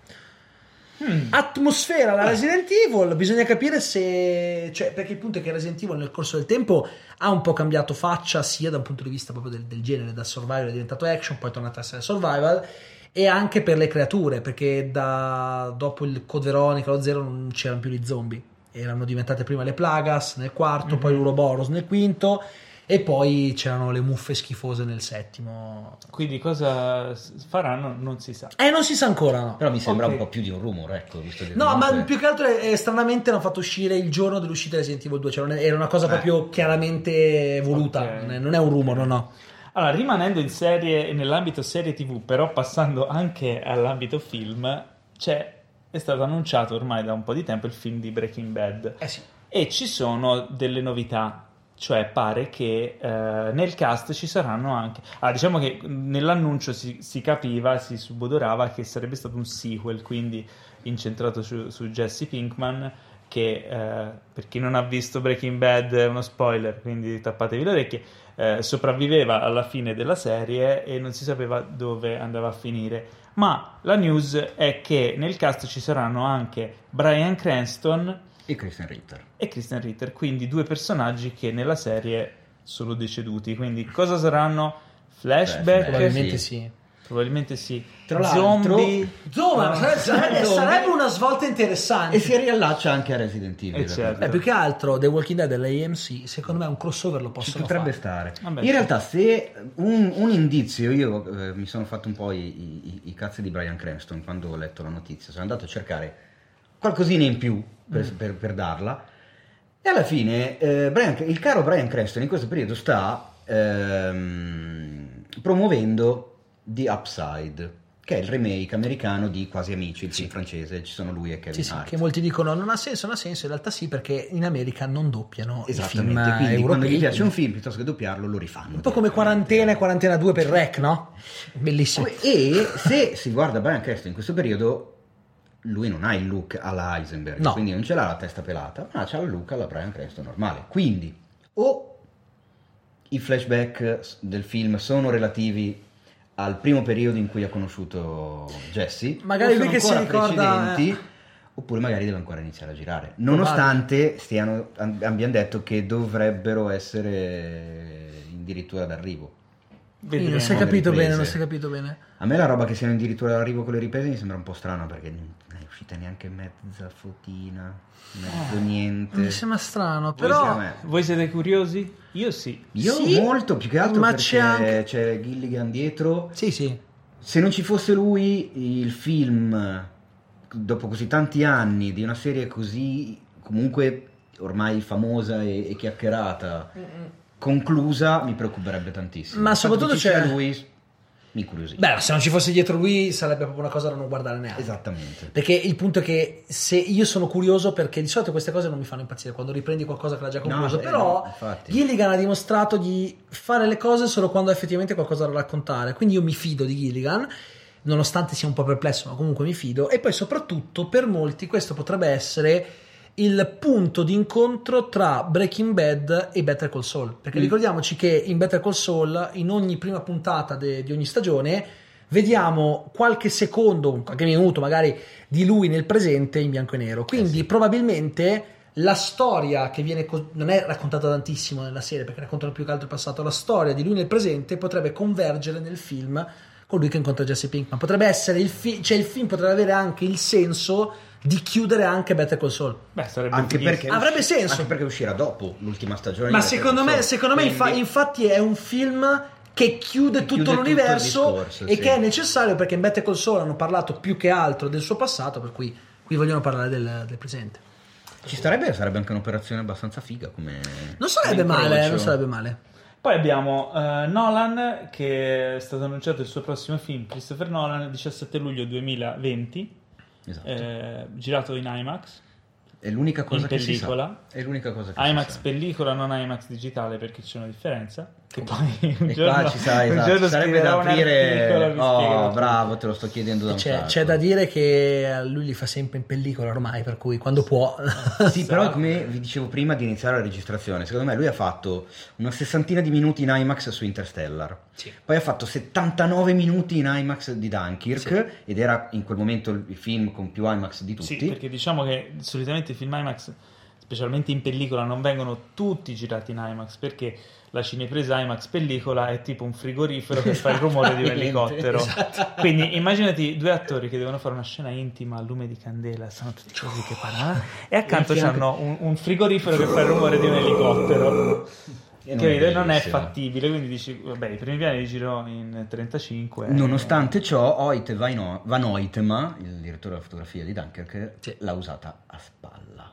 Atmosfera la Resident Evil, bisogna capire se, cioè, perché il punto è che Resident Evil nel corso del tempo ha un po' cambiato faccia, sia da un punto di vista proprio del genere, da survival è diventato action, poi è tornato a essere survival, e anche per le creature, perché dopo il Code Veronica, lo Zero, non c'erano più gli zombie, erano diventate prima le Plagas nel quarto, poi l'Uroboros nel quinto, e poi c'erano le muffe schifose nel settimo. Quindi cosa faranno non si sa. Non si sa ancora, no. Però mi sembra un po' più di un rumore, ecco. Visto che no, ma più che altro stranamente l'hanno fatto uscire il giorno dell'uscita di Resident Evil 2, cioè era una cosa proprio chiaramente voluta, non è un rumore, no. Allora, rimanendo in serie, nell'ambito serie TV, però passando anche all'ambito film, è stato annunciato ormai da un po' di tempo il film di Breaking Bad. Sì. E ci sono delle novità. Cioè pare che nel cast ci saranno anche... diciamo che nell'annuncio si capiva, si subodorava che sarebbe stato un sequel, quindi incentrato su Jesse Pinkman, che per chi non ha visto Breaking Bad è uno spoiler, quindi tappatevi le orecchie, sopravviveva alla fine della serie e non si sapeva dove andava a finire. Ma la news è che nel cast ci saranno anche Bryan Cranston e Christian Ritter, quindi 2 personaggi che nella serie sono deceduti. Quindi cosa saranno? Flashback? Probabilmente sì. Tra l'altro, sarebbe una svolta interessante. E si riallaccia anche a Resident Evil. Certo. Più che altro The Walking Dead dell'AMC, secondo me un crossover lo possono fare. Potrebbe stare. In realtà, se un indizio, io mi sono fatto un po' i cazzi di Bryan Cranston quando ho letto la notizia, sono andato a cercare qualcosina in più per darla, e alla fine il caro Bryan Cranston in questo periodo sta promuovendo The Upside, che è il remake americano di Quasi Amici, il film francese, ci sono lui e Kevin Hart. Che molti dicono non ha senso, in realtà sì, perché in America non doppiano i film quindi europei, quando gli piace un film, piuttosto che doppiarlo, lo rifanno. Un po' come Quarantena e Quarantena 2 per Rec, no? Bellissimo. E se si guarda Bryan Cranston in questo periodo, lui non ha il look alla Heisenberg, no. Quindi non ce l'ha la testa pelata, ma c'ha il look alla Bryan Cranston normale. Quindi o i flashback del film sono relativi al primo periodo in cui ha conosciuto Jesse, magari lui che si ricorda oppure magari deve ancora iniziare a girare, nonostante abbiano detto che dovrebbero essere addirittura d'arrivo. Non si è capito bene. A me la roba che siano addirittura d'arrivo con le riprese mi sembra un po' strana, perché non è uscita neanche mezza fotina, mezzo niente. Mi sembra strano, però voi siete curiosi? Io sì. Io sì, molto, più che altro ma perché c'è Gilligan dietro. Sì. Se non ci fosse lui, il film, dopo così tanti anni di una serie così comunque ormai famosa e chiacchierata, conclusa, mi preoccuperebbe tantissimo. Ma soprattutto c'è lui, mi incuriosisce. Beh, se non ci fosse dietro lui sarebbe proprio una cosa da non guardare neanche. Esattamente. Perché il punto è che se io sono curioso, perché di solito queste cose non mi fanno impazzire quando riprendi qualcosa che l'ha già concluso, però Gilligan ha dimostrato di fare le cose solo quando ha effettivamente qualcosa da raccontare, quindi io mi fido di Gilligan, nonostante sia un po' perplesso, ma comunque mi fido. E poi soprattutto per molti questo potrebbe essere il punto di incontro tra Breaking Bad e Better Call Saul, perché ricordiamoci che in Better Call Saul, in ogni prima puntata di ogni stagione, vediamo qualche secondo, qualche minuto magari di lui nel presente in bianco e nero, quindi probabilmente la storia che viene non è raccontata tantissimo nella serie, perché raccontano più che altro il passato, la storia di lui nel presente potrebbe convergere nel film con lui che incontra Jesse Pinkman. Potrebbe essere il film potrebbe avere anche il senso di chiudere anche Better Call Saul. Beh, sarebbe anche perché avrebbe senso, anche perché uscirà dopo l'ultima stagione. Ma secondo me infatti è un film che chiude tutto l'universo e che è necessario, perché in Better Call Saul hanno parlato più che altro del suo passato, per cui qui vogliono parlare del presente. Ci sarebbe anche un'operazione abbastanza figa, come non sarebbe male. Poi abbiamo Nolan, che è stato annunciato il suo prossimo film, Christopher Nolan, il 17 luglio 2020. Esatto. Girato in IMAX, è l'unica cosa in pellicola. È l'unica cosa che IMAX pellicola, non IMAX digitale, perché c'è una differenza. Che poi un e giorno, qua ci sarebbe da aprire. Bravo, te lo sto chiedendo da un sacco. C'è da dire che lui li fa sempre in pellicola ormai, per cui quando può. Sì, però come vi dicevo prima di iniziare la registrazione, secondo me lui ha fatto una 60 di minuti in IMAX su Interstellar, poi ha fatto 79 minuti in IMAX di Dunkirk, ed era in quel momento il film con più IMAX di tutti. Sì, perché diciamo che solitamente i film IMAX, specialmente in pellicola, non vengono tutti girati in IMAX, perché la cinepresa IMAX pellicola è tipo un frigorifero che fa il rumore di un elicottero. Esatto. Quindi immaginati due attori che devono fare una scena intima a lume di candela, stanno tutti così che parlano, e accanto c'hanno un frigorifero che fa il rumore di un elicottero. Che non è fattibile, quindi dici vabbè, i primi piani li giro in 35. Nonostante ciò, Hoyt Van Hoytema, il direttore della fotografia di Dunkirk, l'ha usata a spalla.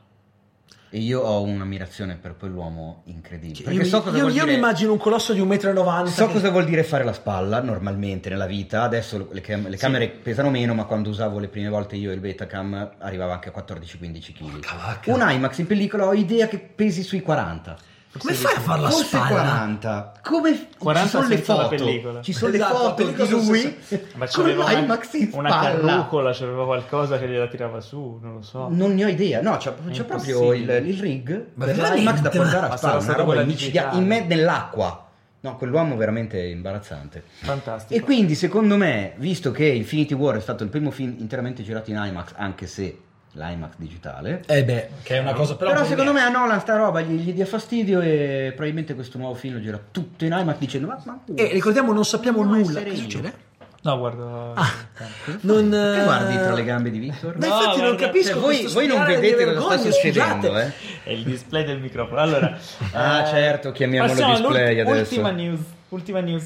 E io ho un'ammirazione per quell'uomo incredibile. Perché io mi immagino un colosso di 1,90 m. So cosa vuol dire fare la spalla normalmente nella vita. Adesso le camere pesano meno, ma quando usavo le prime volte io il Betacam arrivava anche a 14-15 kg. Un IMAX in pellicola ho idea che pesi sui 40. Come fai a fare la spalla? 40. Come 40 ci sono le senza la foto. pellicola. Ci sono le foto di lui. Ma con l'IMAX in una spalla. carrucola, c'aveva qualcosa che gliela tirava su, non lo so. Non ne ho idea. No, c'è proprio il rig per l'IMAX da portare a spalla. Una roba nell'acqua. No, quell'uomo veramente imbarazzante. Fantastico. E quindi secondo me, visto che Infinity War è stato il primo film interamente girato in IMAX, anche se l'IMAX digitale, che è una cosa però secondo me a Nolan sta roba gli dia fastidio, e probabilmente questo nuovo film lo gira tutto in IMAX dicendo ma e ricordiamo, non sappiamo nulla. Che succede? No, guarda, che guardi tra le gambe di Victor? Ma infatti non capisco, voi non vedete cosa sta succedendo, È il display del microfono. Allora, certo, chiamiamolo display adesso. Ultima news,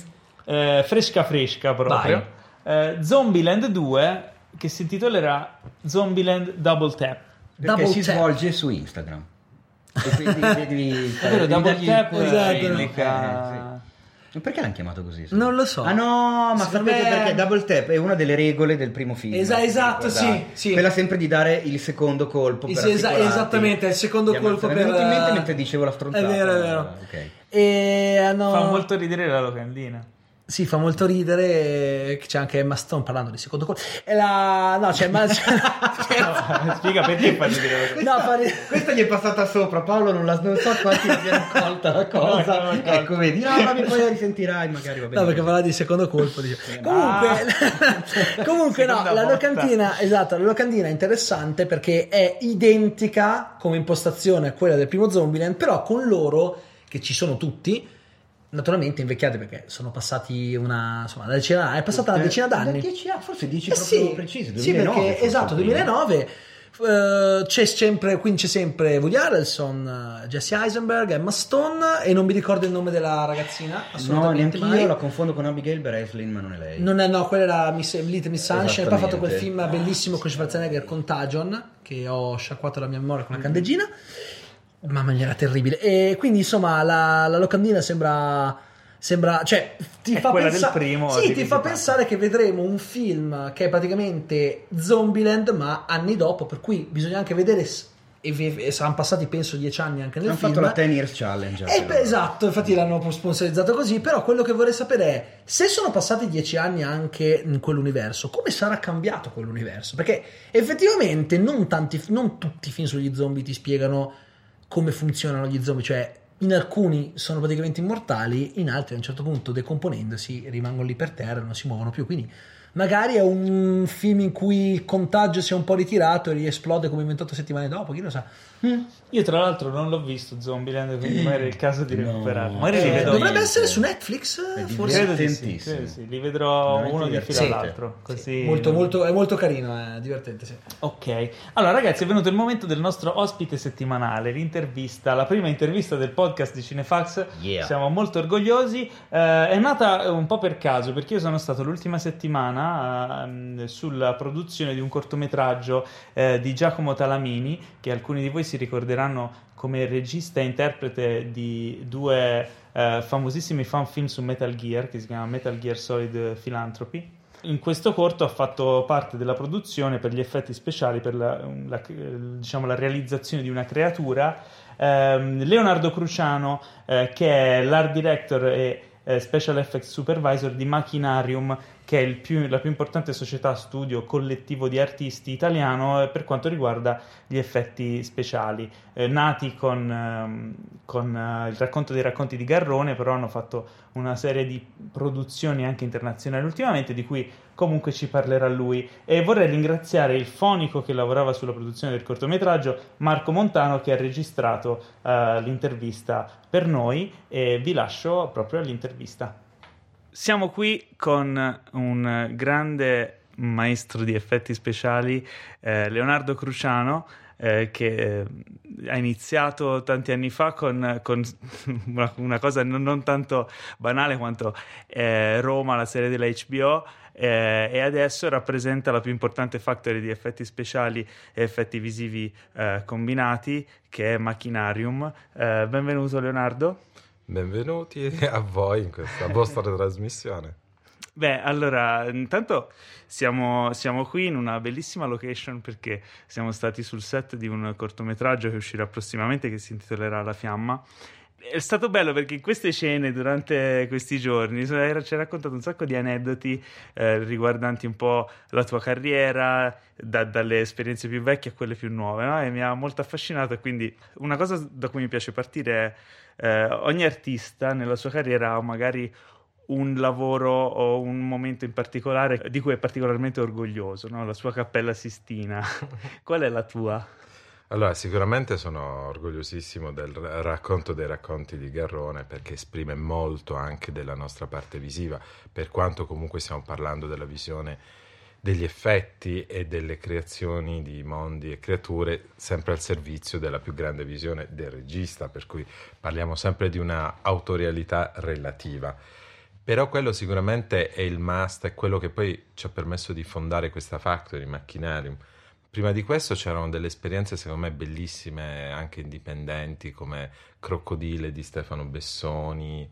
fresca proprio. Zombieland 2, che si intitolerà Zombieland Double Tap, perché si svolge su Instagram, e quindi devi Double Tap indica. Perché l'hanno chiamato così? Non lo so. Ah no, ma sapete perché Double Tap è una delle regole del primo film. Esatto, sì. Quella sempre di dare il secondo colpo per esattamente, il secondo colpo per... Mi è venuto in mente mentre dicevo la stronzata. È vero. Okay. E fa molto ridere la locandina. Sì, fa molto ridere. C'è anche Emma Stone parlando di secondo colpo. No, c'è Spiega perché fa ridere. Questa gli è passata sopra. Paolo non so quanti si è colta la cosa. Ecco, vedi. No, ma poi la risentirai magari. Va bene. No, perché parla di secondo colpo. Comunque no, la locandina è interessante perché è identica come impostazione a quella del primo Zombieland, però con loro, che ci sono tutti, naturalmente invecchiati perché sono passati è passata una decina d'anni. 10 anni, forse 10 proprio preciso, 2009. Sì, perché esatto, 2009. C'è sempre Woody Harrelson, Jesse Eisenberg, Emma Stone e non mi ricordo il nome della ragazzina. Assolutamente no, neanch'io la confondo con Abigail Breslin, ma non è lei. No, quella era Little Miss Sunshine. Poi ha fatto quel film bellissimo con Schwarzenegger, Contagion, che ho sciacquato la mia memoria con una candeggina. Mamma mia, era terribile. E quindi insomma la locandina sembra cioè ti fa pensare, del primo, sì, ti fa pensare che vedremo un film che è praticamente Zombieland ma anni dopo, per cui bisogna anche vedere e saranno passati penso 10 anni anche nel film. Hanno fatto la 10 Years Challenge. Esatto, infatti l'hanno sponsorizzato così, però quello che vorrei sapere è se sono passati 10 anni anche in quell'universo, come sarà cambiato quell'universo? Perché effettivamente non tutti i film sugli zombie ti spiegano come funzionano gli zombie, cioè in alcuni sono praticamente immortali, in altri a un certo punto decomponendosi rimangono lì per terra e non si muovono più, quindi magari è un film in cui il contagio si è un po' ritirato e riesplode come 28 settimane dopo, chi lo sa. Io tra l'altro non l'ho visto Zombieland, quindi magari è il caso di recuperarlo. Magari dovrebbe essere su Netflix, forse. Credo sì, li vedrò uno di fila all'altro. Così è molto carino, è divertente. Sì. Ok, allora ragazzi, è venuto il momento del nostro ospite settimanale, la prima intervista del podcast di Cinefax. Siamo molto orgogliosi. È nata un po' per caso, perché io sono stato l'ultima settimana sulla produzione di un cortometraggio di Giacomo Talamini, che alcuni di voi si ricorderanno come regista e interprete di due famosissimi fan-film su Metal Gear, che si chiama Metal Gear Solid Philanthropy. In questo corto ha fatto parte della produzione per gli effetti speciali, per la realizzazione di una creatura. Leonardo Cruciano, che è l'art director e special effects supervisor di Machinarium, che è la più importante società studio collettivo di artisti italiano per quanto riguarda gli effetti speciali, nati con il racconto dei racconti di Garrone, però hanno fatto una serie di produzioni anche internazionali ultimamente, di cui comunque ci parlerà lui. E vorrei ringraziare il fonico che lavorava sulla produzione del cortometraggio, Marco Montano, che ha registrato l'intervista per noi, e vi lascio proprio all'intervista. Siamo qui con un grande maestro di effetti speciali, Leonardo Cruciano, che ha iniziato tanti anni fa con una cosa non tanto banale quanto Roma, la serie della HBO, e adesso rappresenta la più importante factory di effetti speciali e effetti visivi combinati, che è Machinarium. Benvenuto Leonardo. Benvenuti a voi in questa vostra trasmissione. Beh, allora, intanto siamo qui in una bellissima location, perché siamo stati sul set di un cortometraggio che uscirà prossimamente, che si intitolerà La Fiamma. È stato bello perché in queste scene, durante questi giorni, ci hai raccontato un sacco di aneddoti riguardanti un po' la tua carriera, dalle esperienze più vecchie a quelle più nuove, no? E mi ha molto affascinato, e quindi una cosa da cui mi piace partire è ogni artista nella sua carriera ha magari un lavoro o un momento in particolare di cui è particolarmente orgoglioso, no? La sua Cappella Sistina. Qual è la tua? Allora, sicuramente sono orgogliosissimo del racconto dei racconti di Garrone, perché esprime molto anche della nostra parte visiva, per quanto comunque stiamo parlando della visione degli effetti e delle creazioni di mondi e creature, sempre al servizio della più grande visione del regista, per cui parliamo sempre di una autorialità relativa. Però quello sicuramente è il must, è quello che poi ci ha permesso di fondare questa factory, Machinarium. Prima di questo c'erano delle esperienze secondo me bellissime, anche indipendenti, come Crocodile di Stefano Bessoni,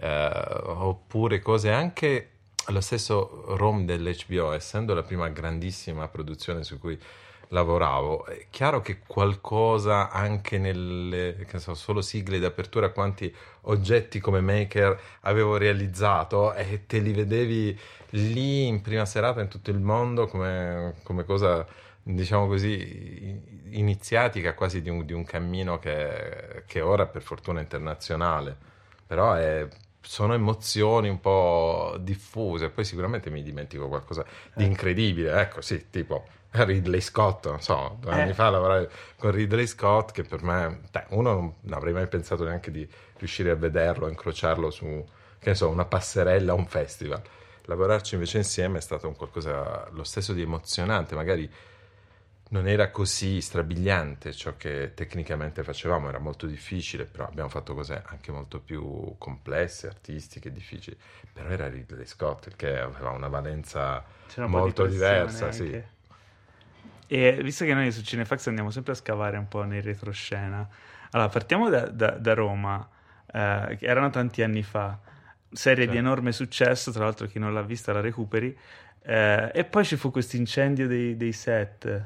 oppure cose anche lo stesso Rome dell'HBO, essendo la prima grandissima produzione su cui lavoravo, è chiaro che qualcosa anche nelle, che so, solo sigle d'apertura, quanti oggetti come maker avevo realizzato e te li vedevi lì in prima serata in tutto il mondo come cosa, diciamo così, iniziatica quasi di un cammino che ora per fortuna è internazionale, però sono emozioni un po' diffuse, poi sicuramente mi dimentico qualcosa di incredibile, ecco sì, tipo Ridley Scott, non so, 2 anni fa lavorare con Ridley Scott, che per me, uno non avrei mai pensato neanche di riuscire a vederlo, incrociarlo su, che ne so, una passerella, un festival. Lavorarci invece insieme è stato un qualcosa lo stesso di emozionante, magari non era così strabiliante ciò che tecnicamente facevamo, era molto difficile, però abbiamo fatto cose anche molto più complesse, artistiche, difficili, però era Ridley Scott, che aveva una valenza molto diversa, anche. Sì. E visto che noi su Cinefax andiamo sempre a scavare un po' nei retroscena, allora partiamo da Roma, che erano tanti anni fa, serie di enorme successo, tra l'altro chi non l'ha vista la recuperi, e poi ci fu questo incendio dei set.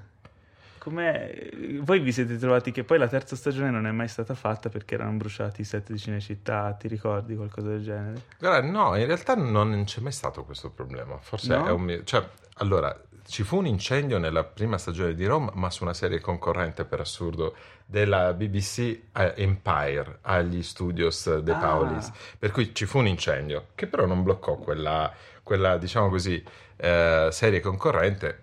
Voi vi siete trovati che poi la terza stagione non è mai stata fatta perché erano bruciati i set di Cinecittà, ti ricordi qualcosa del genere? Guarda, no, in realtà non c'è mai stato questo problema, forse no? è cioè, allora, ci fu un incendio nella prima stagione di Rome, ma su una serie concorrente, per assurdo, della BBC Empire agli studios De Paulis, per cui ci fu un incendio che però non bloccò quella diciamo così, serie concorrente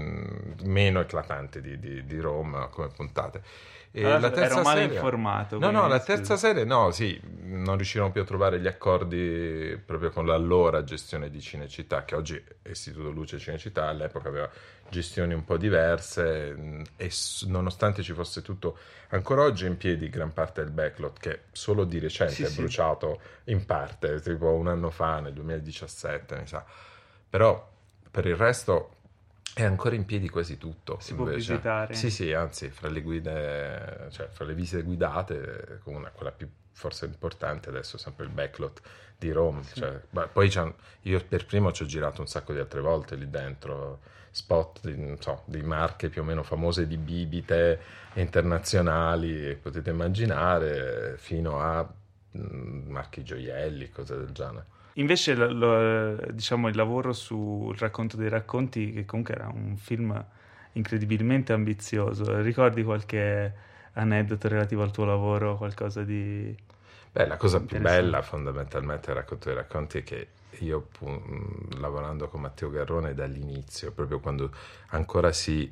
meno eclatante di Rome come puntate. E la terza ero male serie... informato. No, la terza serie no, sì, non riuscirono più a trovare gli accordi proprio con l'allora gestione di Cinecittà, che oggi è Istituto Luce Cinecittà, all'epoca aveva gestioni un po' diverse e nonostante ci fosse tutto ancora oggi in piedi gran parte del backlot, che solo di recente è bruciato in parte, tipo 1 anno fa, nel 2017 mi sa, però per il resto è ancora in piedi quasi tutto. Si può visitare. Sì, anzi, fra le guide, cioè fra le visite guidate, quella più forse importante adesso è sempre il backlot di Rome. Sì. Cioè, poi io per primo ci ho girato un sacco di altre volte lì dentro, spot di marche più o meno famose di bibite internazionali, potete immaginare, fino a marchi gioielli, cose del genere. Invece diciamo il lavoro sul racconto dei racconti, che comunque era un film incredibilmente ambizioso, ricordi qualche aneddoto relativo al tuo lavoro, qualcosa di... Beh, la cosa più bella fondamentalmente del racconto dei racconti è che io lavorando con Matteo Garrone dall'inizio, proprio quando ancora si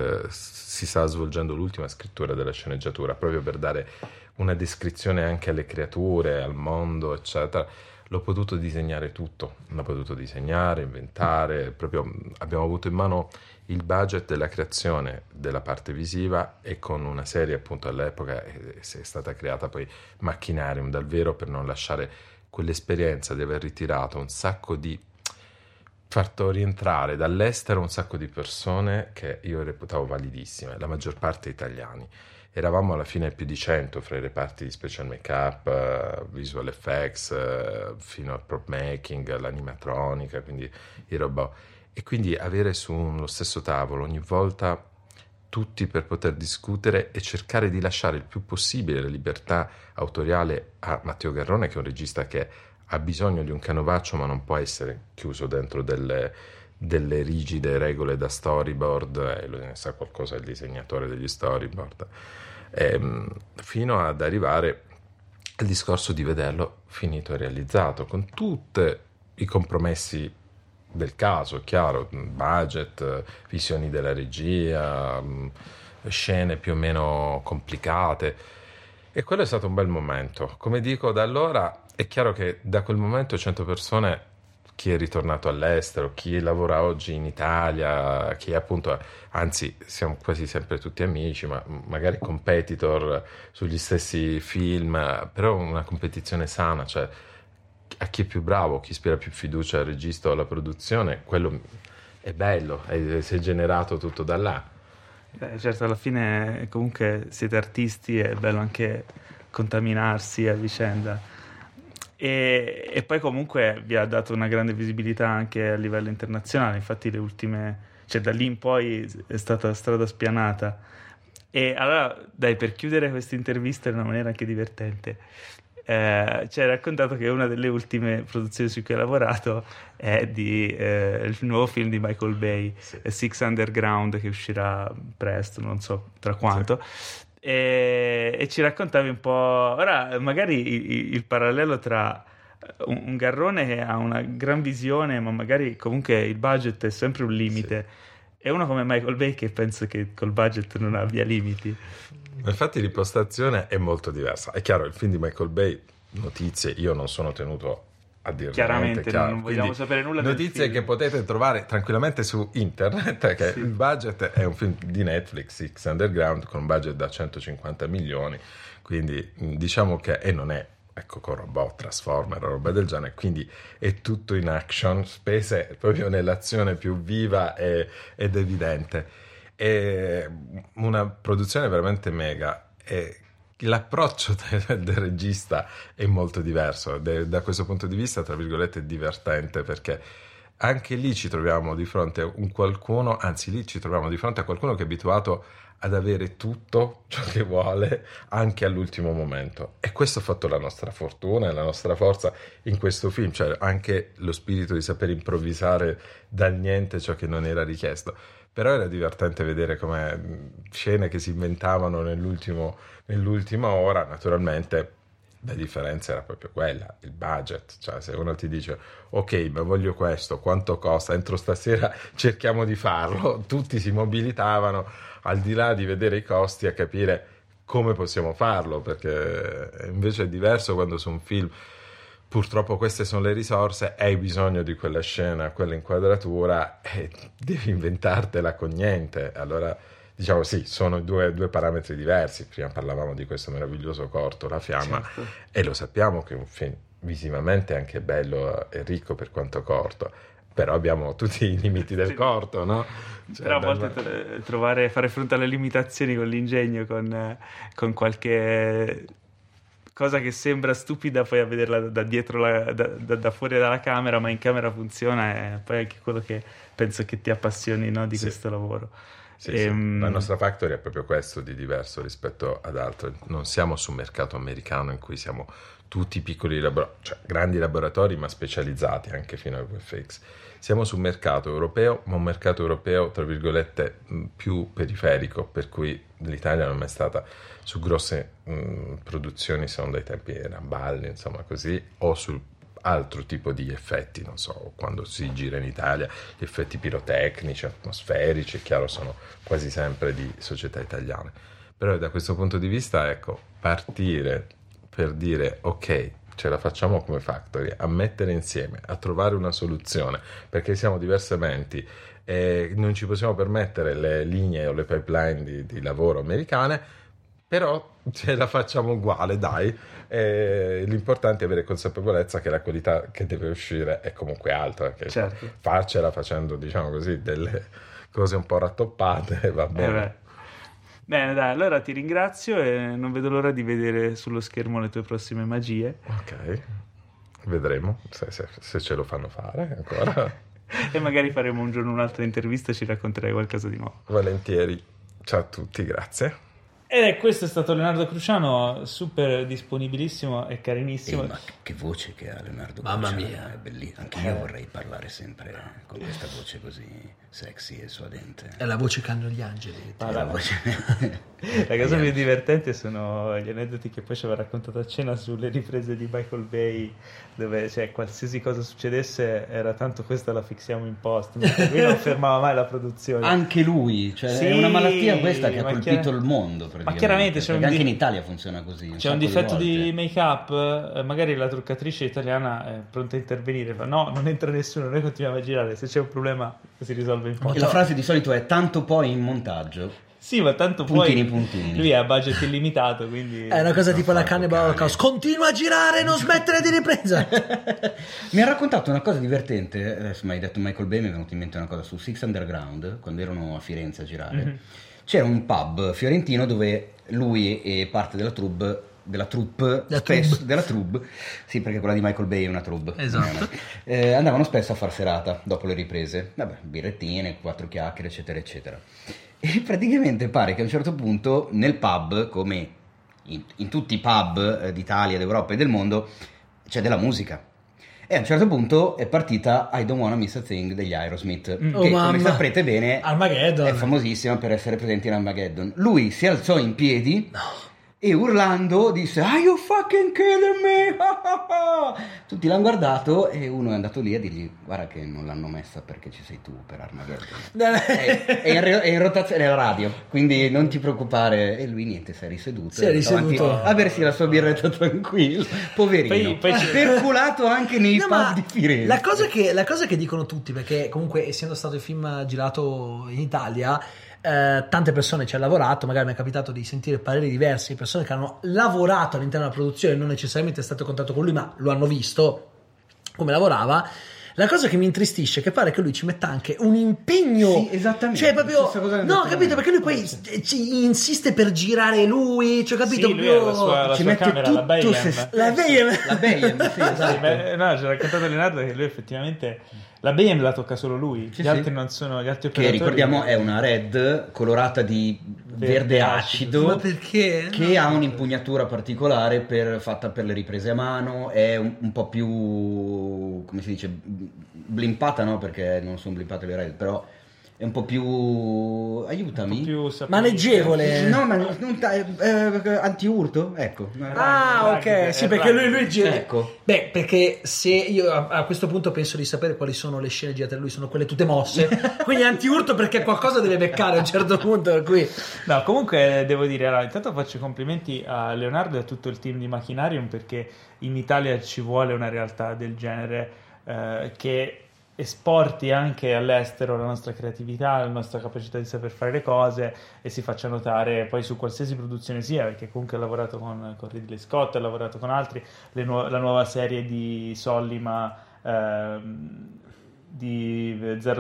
stava svolgendo l'ultima scrittura della sceneggiatura, proprio per dare una descrizione anche alle creature, al mondo, eccetera, l'ho potuto disegnare tutto, l'ho potuto disegnare, inventare, proprio abbiamo avuto in mano il budget della creazione della parte visiva e con una serie appunto all'epoca è stata creata poi Macchinarium dal vero per non lasciare quell'esperienza di aver ritirato un sacco fatto rientrare dall'estero un sacco di persone che io reputavo validissime, la maggior parte italiani. Eravamo alla fine più di 100 fra i reparti di special make-up, visual effects, fino al prop making, l'animatronica, quindi i robot. E quindi avere sullo stesso tavolo ogni volta tutti per poter discutere e cercare di lasciare il più possibile la libertà autoriale a Matteo Garrone, che è un regista che ha bisogno di un canovaccio ma non può essere chiuso dentro delle rigide regole da storyboard, e lo ne sa qualcosa il disegnatore degli storyboard, fino ad arrivare al discorso di vederlo finito e realizzato, con tutti i compromessi del caso, chiaro, budget, visioni della regia, scene più o meno complicate, e quello è stato un bel momento. Come dico, da allora è chiaro che da quel momento 100 persone, chi è ritornato all'estero, chi lavora oggi in Italia, chi appunto, anzi siamo quasi sempre tutti amici, ma magari competitor sugli stessi film, però una competizione sana, cioè a chi è più bravo, chi ispira più fiducia al regista o alla produzione, quello è bello, si è generato tutto da là. Certo, alla fine comunque siete artisti, è bello anche contaminarsi a vicenda. E poi comunque vi ha dato una grande visibilità anche a livello internazionale, infatti le ultime cioè da lì in poi è stata strada spianata. E allora, dai, per chiudere questa intervista in una maniera anche divertente, ci hai raccontato che una delle ultime produzioni su cui hai lavorato è il nuovo film di Michael Bay, Six Underground, che uscirà presto, non so tra quanto. Sì. E ci raccontavi un po', ora magari il parallelo tra un Garrone che ha una gran visione, ma magari comunque il budget è sempre un limite, e uno come Michael Bay che penso che col budget non abbia limiti. Infatti l'impostazione è molto diversa. È chiaro, il film di Michael Bay, notizie, io non sono tenuto a dirlo. Chiaramente non vogliamo sapere nulla del film. Notizie che potete trovare tranquillamente su internet, che il budget è un film di Netflix, Six Underground, con un budget da 150 milioni, quindi diciamo che non è con robot, Transformer, roba del genere, quindi è tutto in action, spese proprio nell'azione più viva ed evidente. È una produzione veramente mega, e l'approccio del regista è molto diverso, da questo punto di vista, tra virgolette, è divertente, perché anche lì ci troviamo di fronte a qualcuno che è abituato ad avere tutto ciò che vuole anche all'ultimo momento, e questo ha fatto la nostra fortuna e la nostra forza in questo film, cioè anche lo spirito di saper improvvisare dal niente ciò che non era richiesto. Però era divertente vedere come scene che si inventavano nell'ultima ora. Naturalmente la differenza era proprio quella, il budget, cioè se uno ti dice ok, ma voglio questo, quanto costa, entro stasera cerchiamo di farlo, tutti si mobilitavano al di là di vedere i costi a capire come possiamo farlo, perché invece è diverso quando su un film purtroppo queste sono le risorse, hai bisogno di quella scena, quella inquadratura, e devi inventartela con niente. Allora, diciamo sì, sono due parametri diversi. Prima parlavamo di questo meraviglioso corto, La Fiamma, certo. E lo sappiamo che è un film visivamente anche bello e ricco per quanto corto, però abbiamo tutti i limiti del corto, no? Cioè, però a volte fare fronte alle limitazioni con l'ingegno, con qualche cosa che sembra stupida, poi a vederla da dietro, da fuori dalla camera, ma in camera funziona, è poi anche quello che penso che ti appassioni, no, di questo lavoro. Sì. La nostra factory è proprio questo di diverso rispetto ad altre. Non siamo sul mercato americano in cui siamo tutti piccoli cioè grandi laboratori ma specializzati anche fino al VFX. Siamo sul mercato europeo, ma un mercato europeo tra virgolette più periferico, per cui l'Italia non è mai stata su grosse produzioni, sono dai tempi Ramballi, insomma così, o sul altro tipo di effetti, non so, quando si gira in Italia, gli effetti pirotecnici, atmosferici, è chiaro, sono quasi sempre di società italiane. Però da questo punto di vista, ecco, partire per dire ok, ce la facciamo come factory, a mettere insieme, a trovare una soluzione, perché siamo diverse menti e non ci possiamo permettere le linee o le pipeline di lavoro americane, però ce la facciamo uguale, dai. L'importante è avere consapevolezza che la qualità che deve uscire è comunque alta, perché certo. Farcela facendo, diciamo così, delle cose un po' rattoppate va bene. Bene, dai, allora ti ringrazio e non vedo l'ora di vedere sullo schermo le tue prossime magie. Ok, vedremo se ce lo fanno fare ancora. E magari faremo un giorno un'altra intervista e ci racconterai qualcosa di nuovo. Volentieri. Ciao a tutti, grazie. Questo è stato Leonardo Cruciano, super disponibilissimo e carinissimo. Ma che voce che ha Leonardo Mamma Cruciano, mia. È bellissimo. Anche io vorrei parlare sempre con questa voce così sexy e suadente. È la voce che hanno gli angeli. La voce... La cosa più divertente sono gli aneddoti che poi ci aveva raccontato a cena sulle riprese di Michael Bay, dove cioè qualsiasi cosa succedesse era tanto questa la fixiamo in post, lui non fermava mai la produzione. Anche lui, cioè sì, è una malattia questa che ha colpito il mondo. Ma chiaramente c'è anche in Italia funziona così. C'è un difetto di make-up, magari la truccatrice italiana è pronta a intervenire, fa no, non entra nessuno, noi continuiamo a girare, se c'è un problema si risolve in post. E la frase di solito è tanto poi in montaggio. Sì, ma tanto puntini. Lui ha budget illimitato, quindi è una cosa tipo la Cannibal Holocaust, continua a girare, non smettere di ripresa. Mi ha raccontato una cosa divertente, adesso mi hai detto Michael Bay, mi è venuta in mente una cosa su Six Underground, quando erano a Firenze a girare. C'era un pub fiorentino dove lui e parte della troupe della troupe, della troupe, sì, perché quella di Michael Bay è una troupe, esatto. Andavano spesso a far serata dopo le riprese, vabbè, birrettine, 4 chiacchiere, eccetera eccetera, e praticamente pare che a un certo punto nel pub, come in tutti i pub d'Italia, d'Europa e del mondo, c'è della musica. E a un certo punto è partita I Don't Wanna Miss a Thing degli Aerosmith, che come saprete bene Armageddon è famosissima per essere presente in Armageddon. Lui si alzò in piedi e urlando disse "Are you fucking kidding me?" Tutti l'hanno guardato e uno è andato lì a dirgli "Guarda che non l'hanno messa perché ci sei tu per Armageddon." è in rotazione alla radio, quindi non ti preoccupare. E lui niente, si è riseduto a bersi la sua birretta tranquillo, poverino, poi perculato anche nei pub di Firenze. La cosa che dicono tutti, perché comunque essendo stato il film girato in Italia, tante persone ci hanno lavorato, magari mi è capitato di sentire pareri diversi, persone che hanno lavorato all'interno della produzione, non necessariamente è stato a contatto con lui, ma lo hanno visto come lavorava. La cosa che mi intristisce è che pare che lui ci metta anche un impegno, sì, esattamente, cioè proprio capito, perché lui poi ci insiste per girare lui, cioè capito, sì, lui la ci sua mette camera, tutto la Bayhem, sì, esatto. No, ci ha raccontato Leonardo che lui effettivamente la Bayhem la tocca solo lui, sì, gli altri non sono, gli altri che operatori, ricordiamo è una red colorata di verde acido, ma perché? Che ha un'impugnatura particolare fatta per le riprese a mano, è un po' più, come si dice, blimpata, no? Perché non sono blimpate le red, però è un po' più, aiutami, un po' più maneggevole, no, ma non anti-urto, ecco. Ok, sì, perché lui gira, ecco. Beh, perché se io a questo punto penso di sapere quali sono le scene girate da lui, sono quelle tutte mosse, quindi anti-urto perché qualcosa deve beccare a un certo punto, per cui no, comunque devo dire, allora, intanto faccio i complimenti a Leonardo e a tutto il team di Machinarium, perché in Italia ci vuole una realtà del genere che esporti anche all'estero la nostra creatività, la nostra capacità di saper fare le cose e si faccia notare poi su qualsiasi produzione sia, perché comunque ha lavorato con Ridley Scott, ha lavorato con altri, la nuova serie di Sollima di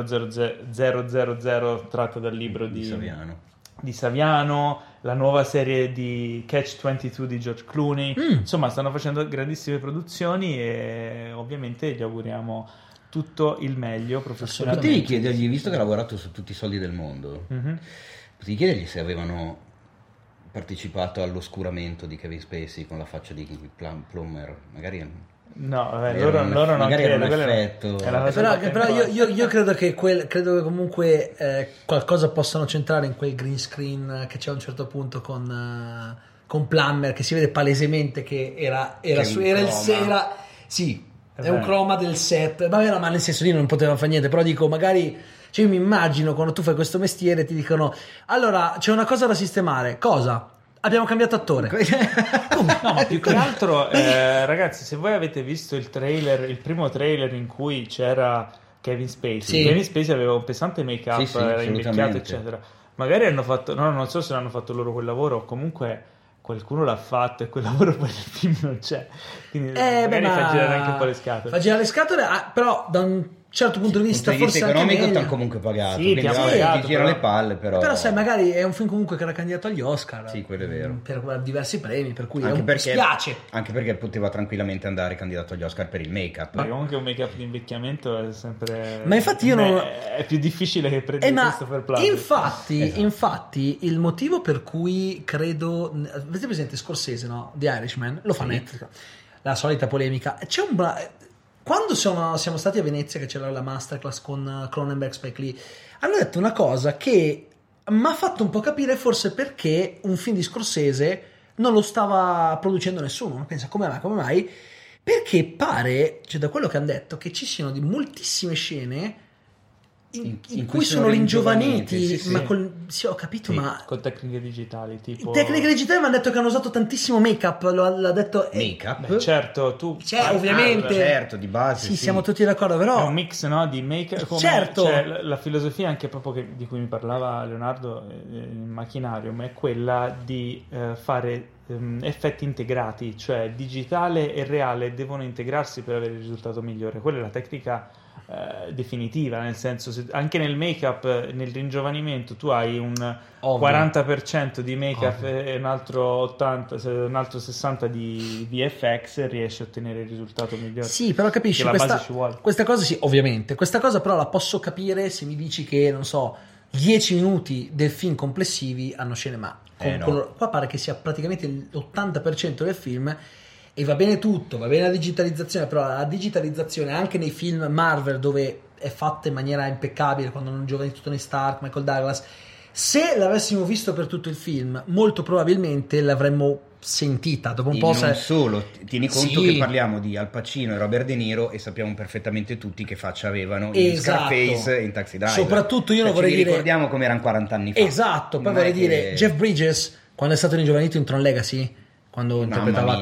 000 tratta dal libro di Saviano, la nuova serie di Catch-22 di George Clooney, insomma stanno facendo grandissime produzioni e ovviamente gli auguriamo tutto il meglio professionalmente. Potevi chiedergli, visto che ha lavorato su tutti i soldi del mondo, potevi chiedergli se avevano partecipato all'oscuramento di Kevin Spacey con la faccia di Plummer, magari no, vabbè, loro non magari credo, era un effetto. Però io credo che comunque qualcosa possano centrare in quel green screen che c'è a un certo punto con Plummer, che si vede palesemente che era sì, è un croma del set. Vabbè, no, ma nel senso lì non poteva fare niente, però dico, magari, cioè, io mi immagino quando tu fai questo mestiere ti dicono allora c'è una cosa da sistemare, cosa? Abbiamo cambiato attore. No, ma più che altro ragazzi, se voi avete visto il primo trailer in cui c'era Kevin Spacey, sì. Kevin Spacey aveva un pesante make-up, sì, era invecchiato eccetera, magari hanno fatto, no, non so se hanno fatto loro quel lavoro o comunque qualcuno l'ha fatto e quel lavoro poi nel film non c'è, quindi magari fa girare anche un po' le scatole. Fa girare le scatole, però da un certo punto di vista forse economico anche ti hanno comunque pagato, sì, ti girano le palle, però sai, magari è un film comunque che era candidato agli Oscar, sì, quello è vero, per diversi premi, per cui anche spiace, anche perché poteva tranquillamente andare candidato agli Oscar per il make-up, ma comunque un make-up di invecchiamento è sempre, ma infatti io non è più difficile che prendi Christopher Plummer. Infatti il motivo per cui credo, avete presente Scorsese, no? The Irishman, lo fa Netflix, la solita polemica, c'è quando siamo stati a Venezia, che c'era la masterclass con Cronenberg, Spike Lee, hanno detto una cosa che mi ha fatto un po' capire forse perché un film di Scorsese non lo stava producendo nessuno. Uno pensa come mai? Perché pare, cioè da quello che hanno detto, che ci siano di moltissime scene in cui sono ringiovaniti, sì. Ma ho capito, sì, ma con tecniche digitali, tipo tecniche digitali, mi hanno detto che hanno usato tantissimo make-up, l'ha detto make-up? Beh, certo, tu ovviamente certo, di base sì, siamo tutti d'accordo, però è un mix, no, di make-up, certo, cioè, la filosofia anche proprio di cui mi parlava Leonardo in Machinarium è quella di fare effetti integrati, cioè digitale e reale devono integrarsi per avere il risultato migliore. Quella è la tecnica definitiva, nel senso, anche nel make-up, nel ringiovanimento tu hai un 40% di make-up e un altro 80%, un altro 60% di VFX, e riesci a ottenere il risultato migliore. Sì, però capisci, questa cosa sì, ovviamente, questa cosa però la posso capire se mi dici che, non so, 10 minuti del film complessivi hanno scene, ma qua pare che sia praticamente l'80% del film. E va bene tutto, va bene la digitalizzazione, però la digitalizzazione anche nei film Marvel, dove è fatta in maniera impeccabile, quando non giovani Tony Stark, Michael Douglas, se l'avessimo visto per tutto il film, molto probabilmente l'avremmo sentita dopo un po'. Non solo, tieni conto che parliamo di Al Pacino e Robert De Niro e sappiamo perfettamente tutti che faccia avevano in Scarface e in Taxi Driver. Soprattutto io non vorrei dire, ricordiamo come erano 40 anni fa. Esatto, poi vorrei dire Jeff Bridges quando è stato ringiovanito in Tron Legacy, quando interpretava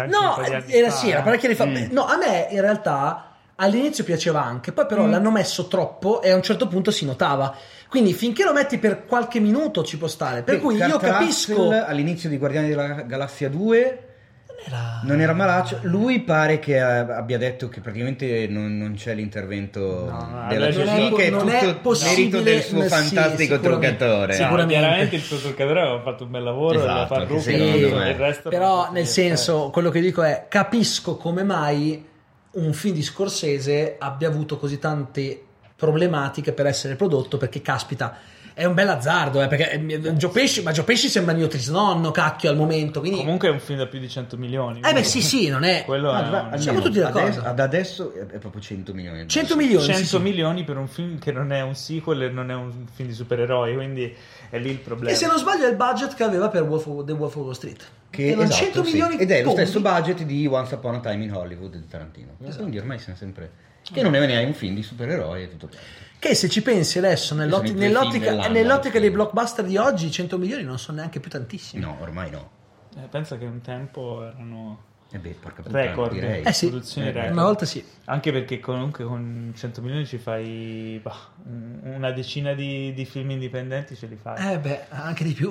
era parecchi anni fa. No, a me in realtà all'inizio piaceva anche, poi però l'hanno messo troppo e a un certo punto si notava, quindi finché lo metti per qualche minuto ci può stare, per cui io capisco. All'inizio di Guardiani della Galassia 2 non era malaccio, lui pare che abbia detto che praticamente non c'è l'intervento della CGI, che è tutto merito del suo fantastico truccatore. Sicuramente il suo truccatore aveva fatto un bel lavoro, la parrucca, il resto, però nel senso, quello che dico è, capisco come mai un film di Scorsese abbia avuto così tante problematiche per essere prodotto, perché caspita, è un bel azzardo, perché Joe Pesci sembra mio trisnonno, cacchio, al momento, quindi comunque è un film da più di 100 milioni. Sì, non è quello siamo tutti d'accordo. Ad adesso è proprio 100 milioni. 100 milioni, 100 milioni per un film che non è un sequel e non è un film di supereroi, quindi è lì il problema. E se non sbaglio è il budget che aveva per The Wolf of Wall Street, che esatto, 100 milioni ed è lo stesso budget di Once Upon a Time in Hollywood di Tarantino. Quindi ormai siamo sempre, che non è neanche un film di supereroi e tutto quanto. Che se ci pensi adesso nell'ottica dei blockbuster di oggi, 100 milioni non sono neanche più tantissimi. No, ormai no. Pensa che un tempo erano porca puttana, record, direi. produzioni record. Una volta sì. Anche perché comunque con 100 milioni ci fai una decina di film indipendenti, ce li fai. Anche di più.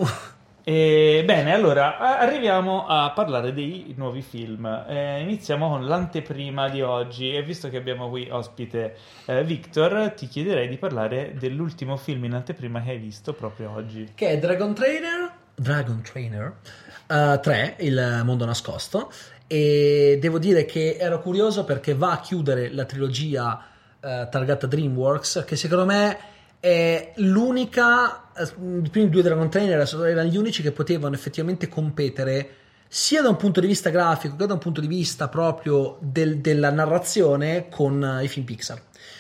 Bene, allora arriviamo a parlare dei nuovi film. Iniziamo con l'anteprima di oggi, e visto che abbiamo qui ospite Victor, ti chiederei di parlare dell'ultimo film in anteprima che hai visto proprio oggi, che è Dragon Trainer 3, Il mondo nascosto, e devo dire che ero curioso perché va a chiudere la trilogia targata DreamWorks, che secondo me è l'unica. I primi due Dragon Trainer erano gli unici che potevano effettivamente competere sia da un punto di vista grafico che da un punto di vista proprio della narrazione con i film Pixar,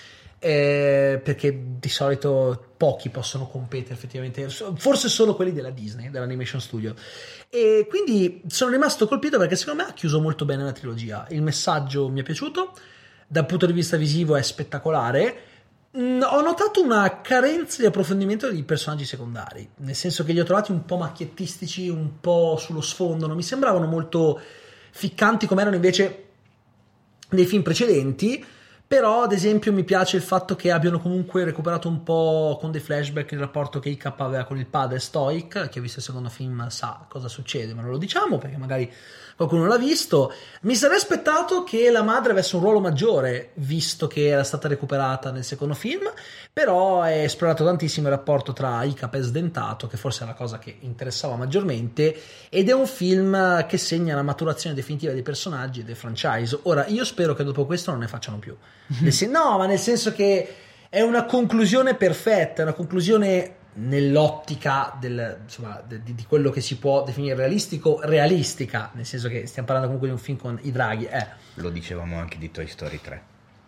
perché di solito pochi possono competere effettivamente, forse solo quelli della Disney, dell'Animation Studio, e quindi sono rimasto colpito perché secondo me ha chiuso molto bene la trilogia. Il messaggio mi è piaciuto, dal punto di vista visivo è spettacolare. Ho notato una carenza di approfondimento dei personaggi secondari, nel senso che li ho trovati un po' macchiettistici, un po' sullo sfondo, non mi sembravano molto ficcanti come erano invece nei film precedenti. Però ad esempio mi piace il fatto che abbiano comunque recuperato un po' con dei flashback il rapporto che Ika aveva con il padre Stoic. Chi ha visto il secondo film sa cosa succede, ma non lo diciamo perché magari qualcuno l'ha visto. Mi sarei aspettato che la madre avesse un ruolo maggiore, visto che era stata recuperata nel secondo film, però è esplorato tantissimo il rapporto tra Icap e Sdentato, che forse è la cosa che interessava maggiormente, ed è un film che segna la maturazione definitiva dei personaggi e del franchise. Ora, io spero che dopo questo non ne facciano più. No, ma nel senso che è una conclusione perfetta, è una conclusione nell'ottica di quello che si può definire realistica, nel senso che stiamo parlando comunque di un film con i draghi. Lo dicevamo anche di Toy Story 3.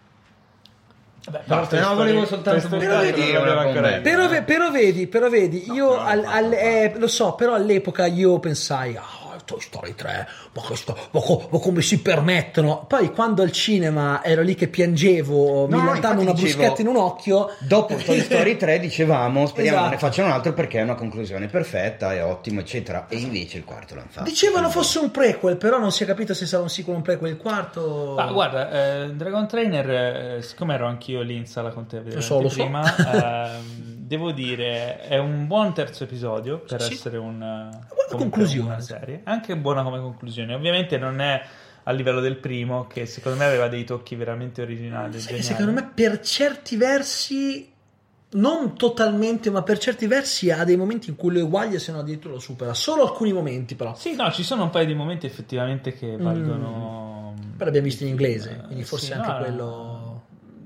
Volevo soltanto però vedi, io lo so, però all'epoca io pensai Toy Story 3, ma come si permettono? Poi quando al cinema ero lì che piangevo, mi lanciavo una bruschetta in un occhio. Dopo Toy Story 3 dicevamo speriamo ne facciano un altro perché è una conclusione perfetta, è ottimo eccetera, e invece il quarto l'hanno fatto. Dicevano fosse un prequel, però non si è capito se sarà un sequel o un prequel il quarto. Guarda, Dragon Trainer, siccome ero anch'io lì in sala con te a vedere prima, devo dire è un buon terzo episodio per essere una conclusione, una serie, anche buona come conclusione. Ovviamente non è a livello del primo, che secondo me aveva dei tocchi veramente originali. Secondo me per certi versi, non totalmente, ma per certi versi ha dei momenti in cui lo eguaglia, se no addirittura lo supera. Solo alcuni momenti però. Sì, no, ci sono un paio di momenti effettivamente che valgono... Però l'abbiamo visto in inglese, quindi forse anche quello...